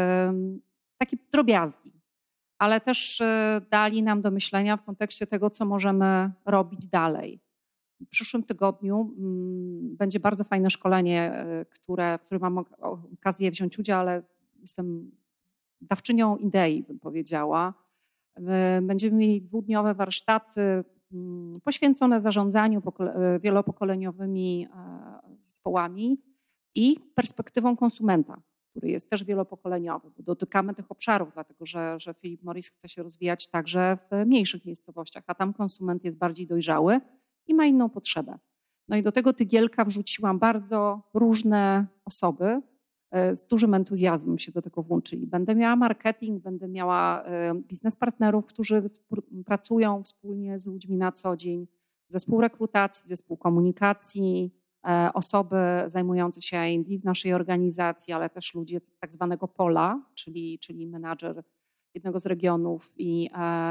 Takie drobiazgi, ale też dali nam do myślenia w kontekście tego, co możemy robić dalej. W przyszłym tygodniu będzie bardzo fajne szkolenie, w którym mam okazję wziąć udział, ale jestem dawczynią idei, bym powiedziała. Będziemy mieli 2-dniowe warsztaty poświęcone zarządzaniu wielopokoleniowymi zespołami i perspektywą konsumenta, który jest też wielopokoleniowy. Bo dotykamy tych obszarów, dlatego że Philip Morris chce się rozwijać także w mniejszych miejscowościach, a tam konsument jest bardziej dojrzały i ma inną potrzebę. No i do tego tygielka wrzuciłam bardzo różne osoby, z dużym entuzjazmem się do tego włączyli. Będę miała marketing, będę miała biznes partnerów, którzy pracują wspólnie z ludźmi na co dzień, zespół rekrutacji, zespół komunikacji, osoby zajmujące się A&D w naszej organizacji, ale też ludzie z tak zwanego pola, czyli menadżer jednego z regionów i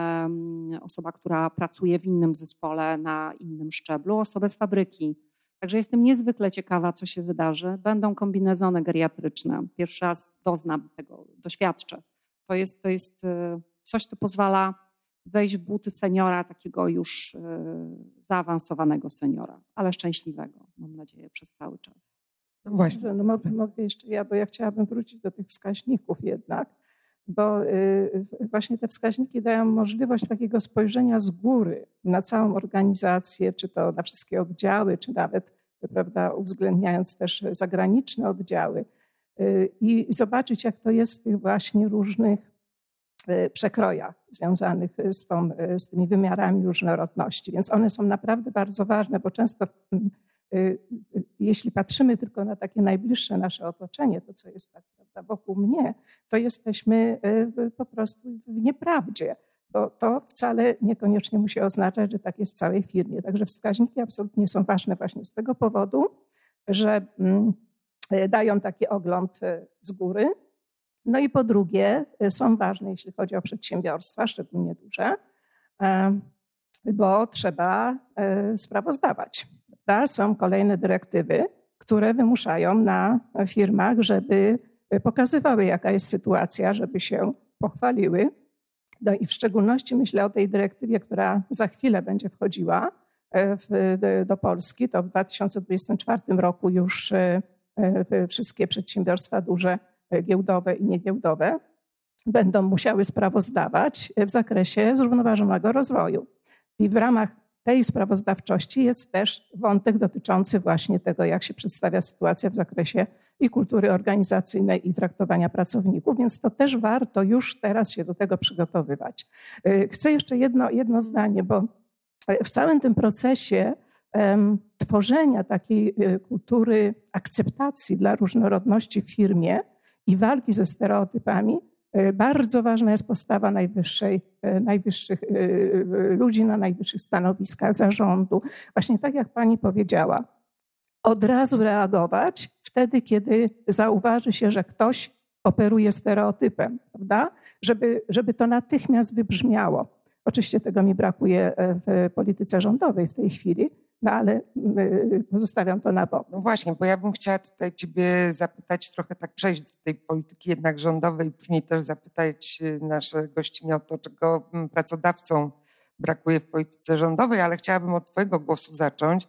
osoba, która pracuje w innym zespole na innym szczeblu, osoby z fabryki. Także jestem niezwykle ciekawa, co się wydarzy. Będą kombinezony geriatryczne. Pierwszy raz doznam tego, doświadczę. To jest coś, co pozwala wejść w buty seniora, takiego już zaawansowanego seniora, ale szczęśliwego, mam nadzieję, przez cały czas. No właśnie. No mogę jeszcze bo ja chciałabym wrócić do tych wskaźników jednak, bo właśnie te wskaźniki dają możliwość takiego spojrzenia z góry na całą organizację, czy to na wszystkie oddziały, czy nawet, prawda, uwzględniając też zagraniczne oddziały i zobaczyć, jak to jest w tych właśnie różnych przekrojach związanych z tymi wymiarami różnorodności. Więc one są naprawdę bardzo ważne, bo często jeśli patrzymy tylko na takie najbliższe nasze otoczenie, to co jest tak, prawda, wokół mnie, to jesteśmy po prostu w nieprawdzie, bo to wcale niekoniecznie musi oznaczać, że tak jest w całej firmie. Także wskaźniki absolutnie są ważne właśnie z tego powodu, że dają taki ogląd z góry. No i po drugie są ważne, jeśli chodzi o przedsiębiorstwa, szczególnie duże, bo trzeba sprawozdawać. Są kolejne dyrektywy, które wymuszają na firmach, żeby pokazywały, jaka jest sytuacja, żeby się pochwaliły. No i w szczególności myślę o tej dyrektywie, która za chwilę będzie wchodziła do Polski. To w 2024 roku już wszystkie przedsiębiorstwa duże, giełdowe i niegiełdowe będą musiały sprawozdawać w zakresie zrównoważonego rozwoju. I w ramach tej sprawozdawczości jest też wątek dotyczący właśnie tego, jak się przedstawia sytuacja w zakresie i kultury organizacyjnej, i traktowania pracowników, więc to też warto już teraz się do tego przygotowywać. Chcę jeszcze jedno zdanie, bo w całym tym procesie tworzenia takiej kultury akceptacji dla różnorodności w firmie i walki ze stereotypami bardzo ważna jest postawa najwyższych ludzi na najwyższych stanowiskach zarządu. Właśnie tak jak pani powiedziała, od razu reagować wtedy, kiedy zauważy się, że ktoś operuje stereotypem, prawda? Żeby to natychmiast wybrzmiało. Oczywiście tego mi brakuje w polityce rządowej w tej chwili, no ale pozostawiam to na bok. No właśnie, bo ja bym chciała tutaj ciebie zapytać, trochę tak przejść do tej polityki jednak rządowej, później też zapytać nasze gościnie o to, czego pracodawcom brakuje w polityce rządowej, ale chciałabym od twojego głosu zacząć.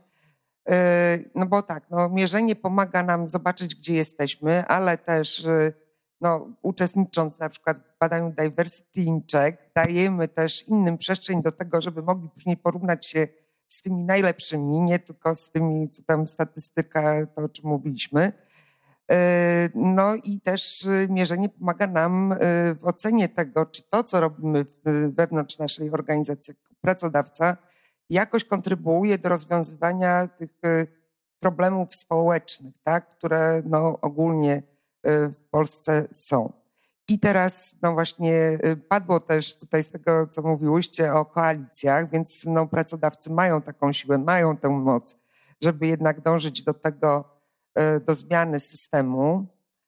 No bo tak, mierzenie pomaga nam zobaczyć, gdzie jesteśmy, ale też uczestnicząc na przykład w badaniu Diversity in Check, dajemy też innym przestrzeń do tego, żeby mogli później porównać się z tymi najlepszymi, nie tylko z tymi, co tam statystyka, to o czym mówiliśmy. No i też mierzenie pomaga nam w ocenie tego, czy to, co robimy wewnątrz naszej organizacji jako pracodawca, jakoś kontrybuuje do rozwiązywania tych problemów społecznych, tak, które ogólnie w Polsce są. I teraz właśnie padło też tutaj z tego, co mówiłyście o koalicjach, więc pracodawcy mają taką siłę, mają tę moc, żeby jednak dążyć do tego, do zmiany systemu.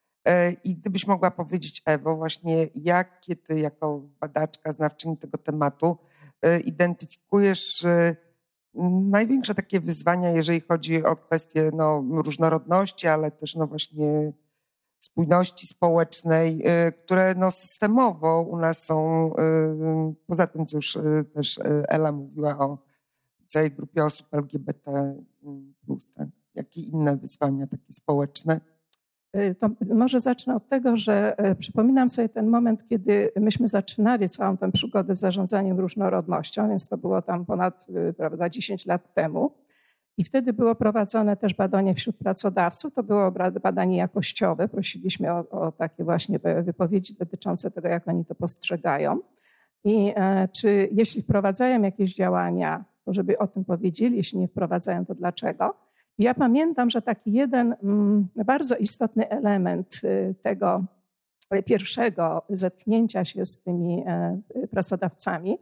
I gdybyś mogła powiedzieć, Ewo, właśnie jakie ty jako badaczka, znawczyni tego tematu identyfikujesz największe takie wyzwania, jeżeli chodzi o kwestie różnorodności, ale też właśnie spójności społecznej, które systemowo u nas są, poza tym, co już też Ela mówiła o całej grupie osób LGBT+, tak? Jakie inne wyzwania takie społeczne? To może zacznę od tego, że przypominam sobie ten moment, kiedy myśmy zaczynali całą tę przygodę z zarządzaniem różnorodnością, więc to było tam ponad 10 lat temu. I wtedy było prowadzone też badanie wśród pracodawców. To było badanie jakościowe. Prosiliśmy o takie właśnie wypowiedzi dotyczące tego, jak oni to postrzegają. I czy jeśli wprowadzają jakieś działania, to żeby o tym powiedzieli, jeśli nie wprowadzają, to dlaczego. I ja pamiętam, że taki jeden bardzo istotny element tego pierwszego zetknięcia się z tymi pracodawcami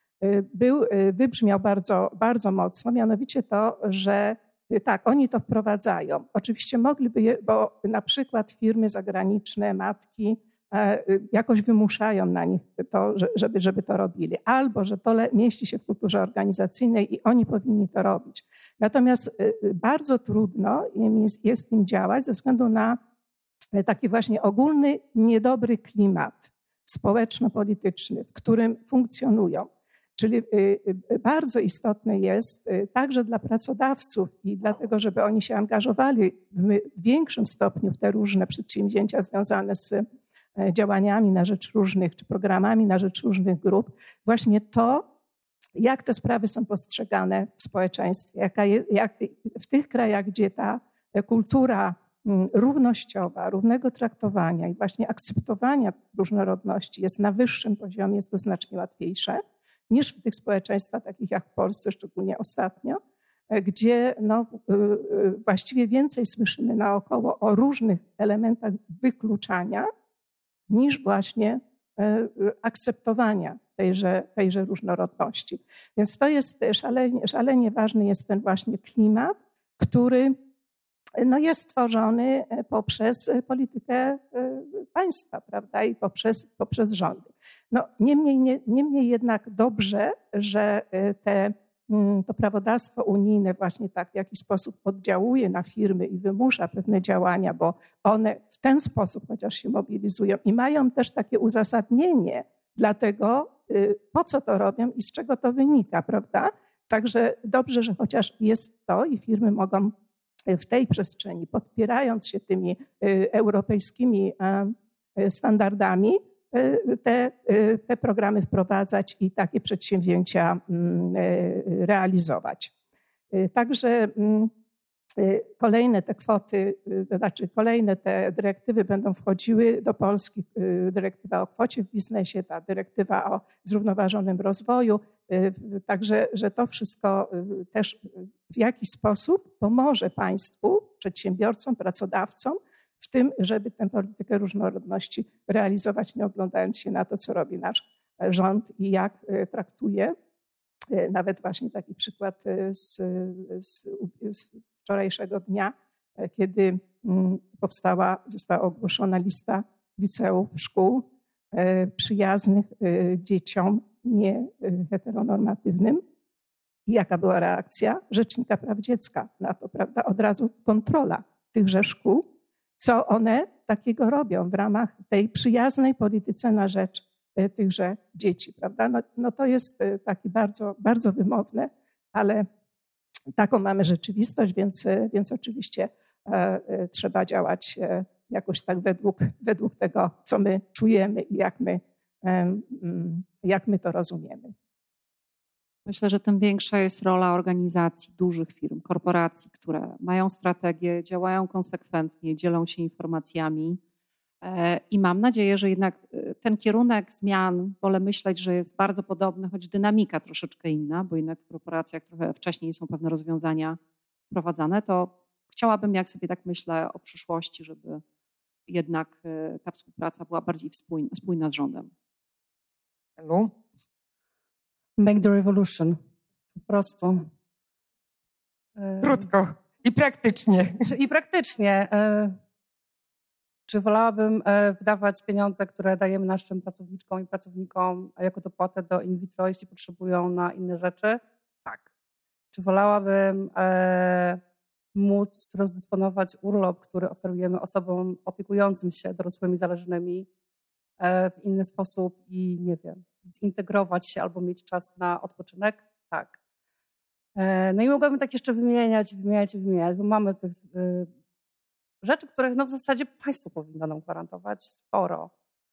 wybrzmiał bardzo, bardzo mocno, mianowicie to, że tak, oni to wprowadzają. Oczywiście mogliby, bo na przykład firmy zagraniczne, matki jakoś wymuszają na nich to, żeby to robili. Albo, że to mieści się w kulturze organizacyjnej i oni powinni to robić. Natomiast bardzo trudno jest im działać ze względu na taki właśnie ogólny, niedobry klimat społeczno-polityczny, w którym funkcjonują. Czyli bardzo istotne jest także dla pracodawców i dlatego, żeby oni się angażowali w większym stopniu w te różne przedsięwzięcia związane z działaniami na rzecz różnych, czy programami na rzecz różnych grup, właśnie to, jak te sprawy są postrzegane w społeczeństwie, jak w tych krajach, gdzie ta kultura równościowa, równego traktowania i właśnie akceptowania różnorodności jest na wyższym poziomie, jest to znacznie łatwiejsze niż w tych społeczeństwach takich jak w Polsce, szczególnie ostatnio, gdzie właściwie więcej słyszymy naokoło o różnych elementach wykluczania niż właśnie akceptowania tejże różnorodności. Więc to jest szalenie ważny jest ten właśnie klimat, który jest tworzony poprzez politykę państwa, prawda, i poprzez rządy. Niemniej jednak dobrze, że to prawodawstwo unijne właśnie tak w jakiś sposób oddziałuje na firmy i wymusza pewne działania, bo one w ten sposób chociaż się mobilizują i mają też takie uzasadnienie dla tego, po co to robią i z czego to wynika, prawda? Także dobrze, że chociaż jest to i firmy mogą w tej przestrzeni, podpierając się tymi europejskimi standardami, te programy wprowadzać i takie przedsięwzięcia realizować. Także kolejne te kwoty, kolejne te dyrektywy będą wchodziły do Polski. Dyrektywa o kwocie w biznesie, ta dyrektywa o zrównoważonym rozwoju. Także, że to wszystko też w jakiś sposób pomoże państwu, przedsiębiorcom, pracodawcom w tym, żeby tę politykę różnorodności realizować, nie oglądając się na to, co robi nasz rząd i jak traktuje. Nawet właśnie taki przykład z wczorajszego dnia, kiedy została ogłoszona lista liceów, szkół przyjaznych dzieciom nieheteronormatywnym. I jaka była reakcja Rzecznika Praw Dziecka na to, prawda? Od razu kontrola tychże szkół, co one takiego robią w ramach tej przyjaznej polityce na rzecz tychże dzieci, prawda? To jest taki bardzo, bardzo wymowne, ale taką mamy rzeczywistość, więc oczywiście trzeba działać jakoś tak według tego, co my czujemy i jak my to rozumiemy. Myślę, że tym większa jest rola organizacji, dużych firm, korporacji, które mają strategię, działają konsekwentnie, dzielą się informacjami. I mam nadzieję, że jednak ten kierunek zmian, wolę myśleć, że jest bardzo podobny, choć dynamika troszeczkę inna, bo jednak w korporacjach trochę wcześniej są pewne rozwiązania wprowadzane, to chciałabym, jak sobie tak myślę o przyszłości, żeby jednak ta współpraca była bardziej spójna z rządem. Elu? Make the revolution. Po prostu. Krótko i praktycznie. I praktycznie. Czy wolałabym wydawać pieniądze, które dajemy naszym pracowniczkom i pracownikom jako dopłatę do in vitro, jeśli potrzebują na inne rzeczy? Tak. Czy wolałabym móc rozdysponować urlop, który oferujemy osobom opiekującym się dorosłymi zależnymi w inny sposób i nie wiem, zintegrować się albo mieć czas na odpoczynek? Tak. No i mogłabym tak jeszcze wymieniać, bo mamy tych rzeczy, których w zasadzie państwo powinno nam gwarantować sporo.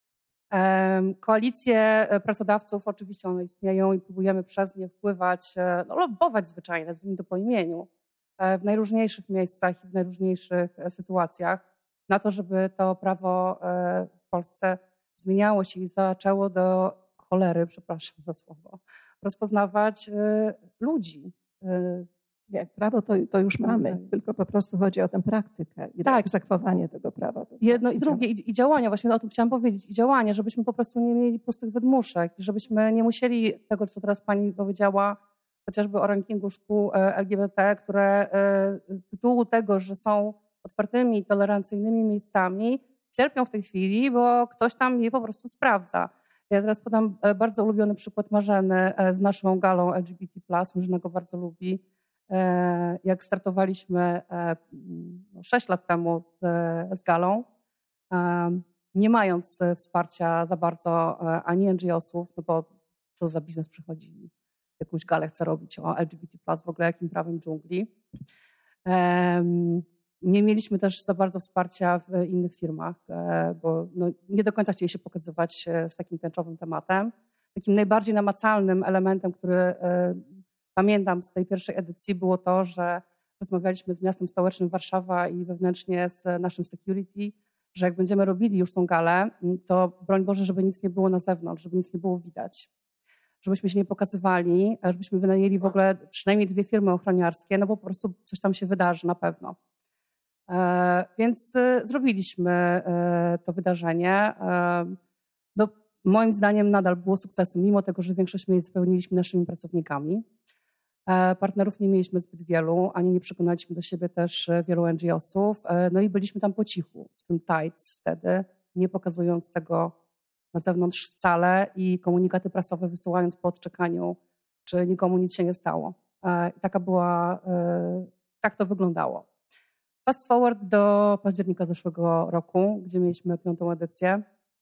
Koalicje pracodawców, oczywiście one istnieją i próbujemy przez nie wpływać, lobbować zwyczajnie, nazwijmy to po imieniu, w najróżniejszych miejscach i w najróżniejszych sytuacjach na to, żeby to prawo w Polsce zmieniało się i zaczęło do cholery, przepraszam za słowo, rozpoznawać ludzi. Nie, prawo to już mamy, tylko po prostu chodzi o tę praktykę i egzekwowanie tego prawa. Jedno i drugie, i działania, właśnie o tym chciałam powiedzieć, i działanie, żebyśmy po prostu nie mieli pustych wydmuszek, żebyśmy nie musieli tego, co teraz pani powiedziała, chociażby o rankingu szkół LGBT, które z tytułu tego, że są otwartymi i tolerancyjnymi miejscami, cierpią w tej chwili, bo ktoś tam je po prostu sprawdza. Ja teraz podam bardzo ulubiony przykład Marzeny z naszą galą LGBT+, Marzena go bardzo lubi. Jak startowaliśmy 6 lat temu z galą, nie mając wsparcia za bardzo ani NGO-sów, no bo co za biznes przychodzi, jakąś galę chce robić o LGBT+, w ogóle jakim prawem dżungli. Nie mieliśmy też za bardzo wsparcia w innych firmach, bo nie do końca chcieli się pokazywać z takim tęczowym tematem. Takim najbardziej namacalnym elementem, który pamiętam z tej pierwszej edycji, było to, że rozmawialiśmy z miastem stołecznym Warszawa i wewnętrznie z naszym security, że jak będziemy robili już tą galę, to broń Boże, żeby nic nie było na zewnątrz, żeby nic nie było widać. Żebyśmy się nie pokazywali, żebyśmy wynajęli w ogóle przynajmniej 2 firmy ochroniarskie, no bo po prostu coś tam się wydarzy na pewno. Więc zrobiliśmy to wydarzenie. moim zdaniem nadal było sukcesem, mimo tego, że większość miejsc wypełniliśmy naszymi pracownikami. Partnerów nie mieliśmy zbyt wielu, ani nie przekonaliśmy do siebie też wielu NGO-sów. No i byliśmy tam po cichu, z tym Tides wtedy, nie pokazując tego na zewnątrz wcale i komunikaty prasowe wysyłając po odczekaniu, czy nikomu nic się nie stało. I tak to wyglądało. Fast forward do października zeszłego roku, gdzie mieliśmy 5. edycję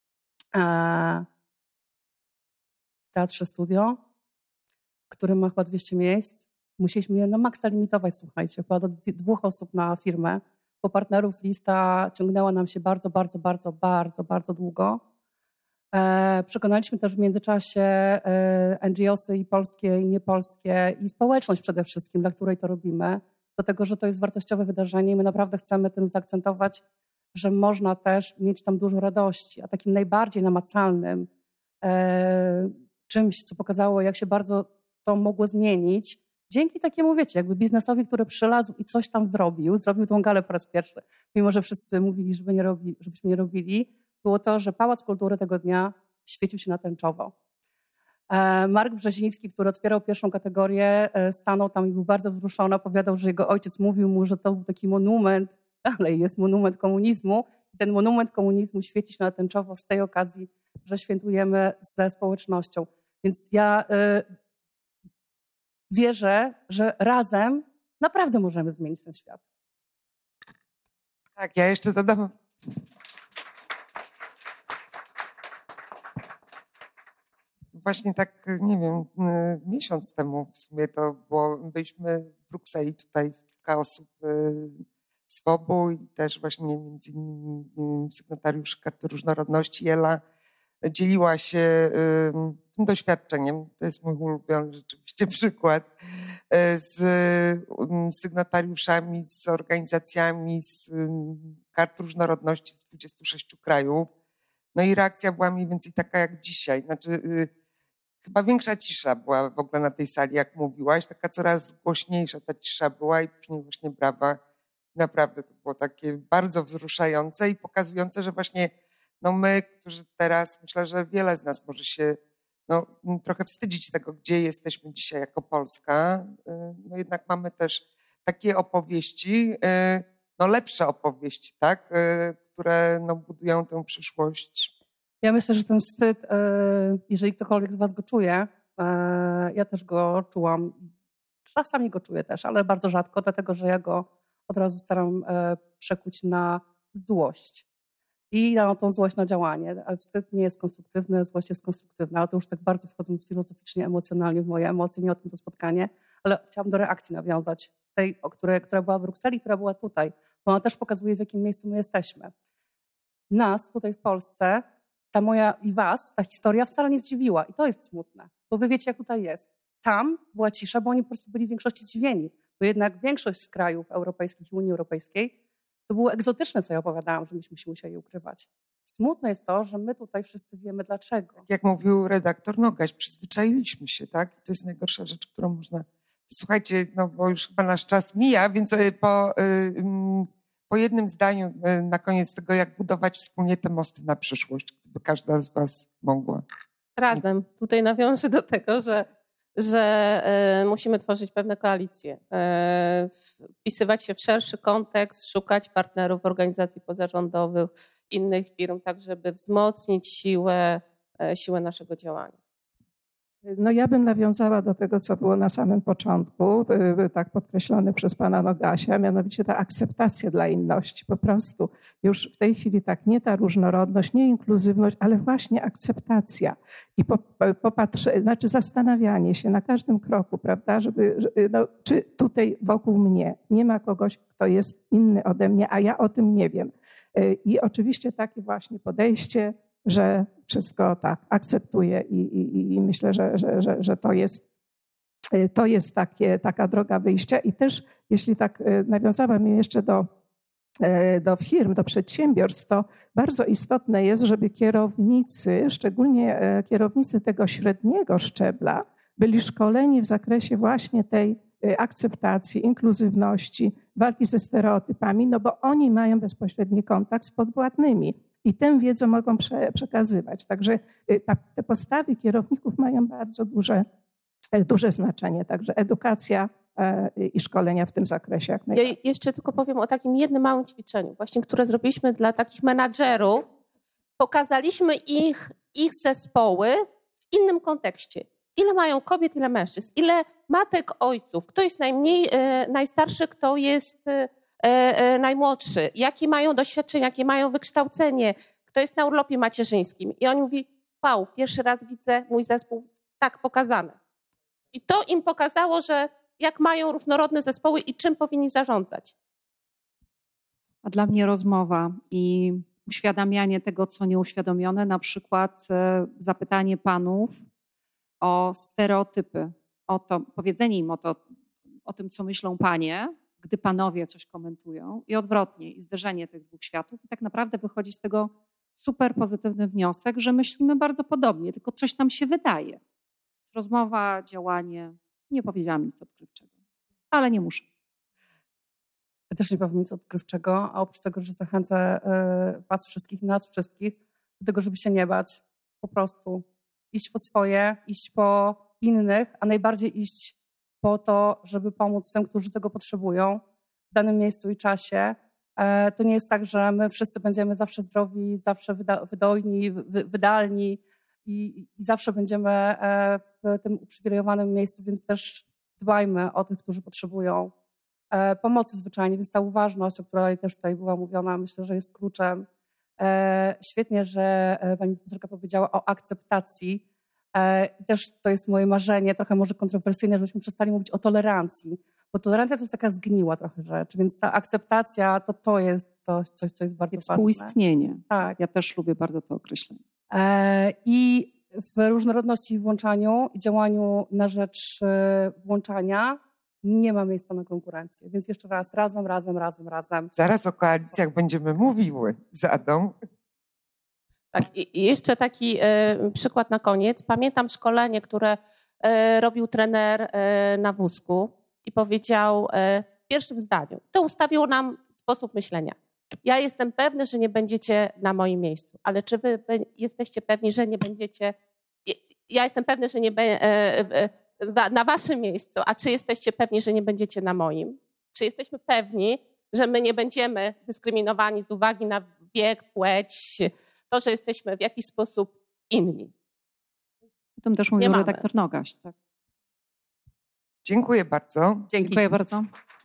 w Teatrze Studio, który ma chyba 200 miejsc. Musieliśmy je na maksa limitować, słuchajcie, chyba do 2 osób na firmę, bo partnerów lista ciągnęła nam się bardzo długo. Przekonaliśmy też w międzyczasie NGO-sy i polskie, i niepolskie, i społeczność przede wszystkim, dla której to robimy, do tego, że to jest wartościowe wydarzenie i my naprawdę chcemy tym zaakcentować, że można też mieć tam dużo radości. A takim najbardziej namacalnym czymś, co pokazało, jak się bardzo to mogło zmienić, dzięki takiemu, wiecie, jakby biznesowi, który przylazł i coś tam zrobił tą galę po raz pierwszy, mimo że wszyscy mówili, żebyśmy nie robili, było to, że Pałac Kultury tego dnia świecił się na tęczowo. Mark Brzeziński, który otwierał pierwszą kategorię, stanął tam i był bardzo wzruszony, opowiadał, że jego ojciec mówił mu, że to był taki monument, dalej jest monument komunizmu. I ten monument komunizmu świeci się na tęczowo z tej okazji, że świętujemy ze społecznością. Więc ja wierzę, że razem naprawdę możemy zmienić ten świat. Tak, ja jeszcze dodam. Właśnie tak, nie wiem, miesiąc temu w sumie to było, byliśmy w Brukseli, tutaj kilka osób z WOB-u i też właśnie między innymi sygnatariusz Karty Różnorodności Ela dzieliła się tym doświadczeniem, to jest mój ulubiony rzeczywiście przykład, z sygnatariuszami, z organizacjami, z Kart Różnorodności z 26 krajów. No i reakcja była mniej więcej taka jak dzisiaj. Znaczy, chyba większa cisza była w ogóle na tej sali, jak mówiłaś, taka coraz głośniejsza ta cisza była i później właśnie brawa. Naprawdę to było takie bardzo wzruszające i pokazujące, że właśnie no my, którzy teraz, myślę, że wiele z nas może się trochę wstydzić tego, gdzie jesteśmy dzisiaj jako Polska. No jednak mamy też takie opowieści, lepsze opowieści, tak, które budują tę przyszłość. Ja myślę, że ten wstyd, jeżeli ktokolwiek z was go czuje, ja też go czułam, czasami go czuję też, ale bardzo rzadko, dlatego że ja go od razu staram przekuć na złość. I na tą złość na działanie. Ale wstyd nie jest konstruktywny, złość jest konstruktywna, ale to już tak bardzo wchodząc filozoficznie, emocjonalnie w moje emocje, nie o tym to spotkanie, ale chciałam do reakcji nawiązać, tej, która była w Brukseli, która była tutaj, bo ona też pokazuje, w jakim miejscu my jesteśmy. Nas tutaj w Polsce, ta moja i was, ta historia wcale nie zdziwiła i to jest smutne, bo wy wiecie, jak tutaj jest. Tam była cisza, bo oni po prostu byli w większości zdziwieni, bo jednak większość z krajów europejskich i Unii Europejskiej to było egzotyczne, co ja opowiadałam, że myśmy się musieli ukrywać. Smutne jest to, że my tutaj wszyscy wiemy dlaczego. Jak mówił redaktor Nogaś, przyzwyczailiśmy się, tak? I to jest najgorsza rzecz, którą można... Słuchajcie, bo już chyba nasz czas mija, więc po jednym zdaniu na koniec tego, jak budować wspólnie te mosty na przyszłość, gdyby każda z was mogła. Razem. Tutaj nawiążę do tego, że musimy tworzyć pewne koalicje, wpisywać się w szerszy kontekst, szukać partnerów organizacji pozarządowych, innych firm, tak żeby wzmocnić siłę naszego działania. No ja bym nawiązała do tego, co było na samym początku, tak podkreślone przez pana Nogasia, mianowicie ta akceptacja dla inności. Po prostu już w tej chwili tak nie ta różnorodność, nie inkluzywność, ale właśnie akceptacja i znaczy zastanawianie się na każdym kroku, prawda, czy tutaj wokół mnie nie ma kogoś, kto jest inny ode mnie, a ja o tym nie wiem. I oczywiście takie właśnie podejście, że wszystko tak akceptuję i myślę, że to jest taka droga wyjścia. I też, jeśli tak nawiązałabym jeszcze do firm, do przedsiębiorstw, to bardzo istotne jest, żeby kierownicy, szczególnie kierownicy tego średniego szczebla, byli szkoleni w zakresie właśnie tej akceptacji, inkluzywności, walki ze stereotypami, no bo oni mają bezpośredni kontakt z podwładnymi. i tę wiedzę mogą przekazywać. Także te postawy kierowników mają bardzo duże znaczenie. Także edukacja i szkolenia w tym zakresie jak najbardziej. Ja jeszcze tylko powiem o takim jednym małym ćwiczeniu, właśnie które zrobiliśmy dla takich menadżerów. Pokazaliśmy ich zespoły w innym kontekście. Ile mają kobiet, ile mężczyzn, ile matek, ojców, kto jest najstarszy, kto jest najmłodszy, jakie mają doświadczenia, jakie mają wykształcenie, kto jest na urlopie macierzyńskim. I oni mówi, wow, pierwszy raz widzę mój zespół tak pokazany. I to im pokazało, że jak mają różnorodne zespoły i czym powinni zarządzać. A dla mnie rozmowa i uświadamianie tego, co nieuświadomione, na przykład zapytanie panów o stereotypy, o to, powiedzenie im o tym, co myślą panie, gdy panowie coś komentują i odwrotnie, i zderzenie tych dwóch światów. I tak naprawdę wychodzi z tego super pozytywny wniosek, że myślimy bardzo podobnie, tylko coś nam się wydaje. Rozmowa, działanie. Nie powiedziałam nic odkrywczego, ale nie muszę. Ja też nie powiem nic odkrywczego, a oprócz tego, że zachęcę was wszystkich, nas wszystkich do tego, żeby się nie bać. Po prostu iść po swoje, iść po innych, a najbardziej iść po to, żeby pomóc tym, którzy tego potrzebują w danym miejscu i czasie. To nie jest tak, że my wszyscy będziemy zawsze zdrowi, zawsze wydolni, wydalni i zawsze będziemy w tym uprzywilejowanym miejscu, więc też dbajmy o tych, którzy potrzebują pomocy zwyczajnie, więc ta uważność, o której też tutaj była mówiona, myślę, że jest kluczem. Świetnie, że pani profesorka powiedziała o akceptacji. Też to jest moje marzenie, trochę może kontrowersyjne, żebyśmy przestali mówić o tolerancji, bo tolerancja to jest taka zgniła trochę rzecz, więc ta akceptacja to jest coś, co jest bardzo ważne. Współistnienie. Tak. Ja też lubię bardzo to określenie. I w różnorodności i włączaniu i działaniu na rzecz włączania nie ma miejsca na konkurencję. Więc jeszcze raz, razem. Zaraz o koalicjach będziemy mówiły z Adą. Tak, i jeszcze taki przykład na koniec. Pamiętam szkolenie, które robił trener na wózku i powiedział w pierwszym zdaniu, to ustawiło nam sposób myślenia. Ja jestem pewny, że nie będziecie na moim miejscu, ale czy wy jesteście pewni, że nie będziecie... Ja jestem pewny, że nie na waszym miejscu, a czy jesteście pewni, że nie będziecie na moim? Czy jesteśmy pewni, że my nie będziemy dyskryminowani z uwagi na wiek, płeć, to, że jesteśmy w jakiś sposób inni? O tym też mówił redaktor Nogaś. Tak. Dziękuję bardzo. Dziękuję bardzo.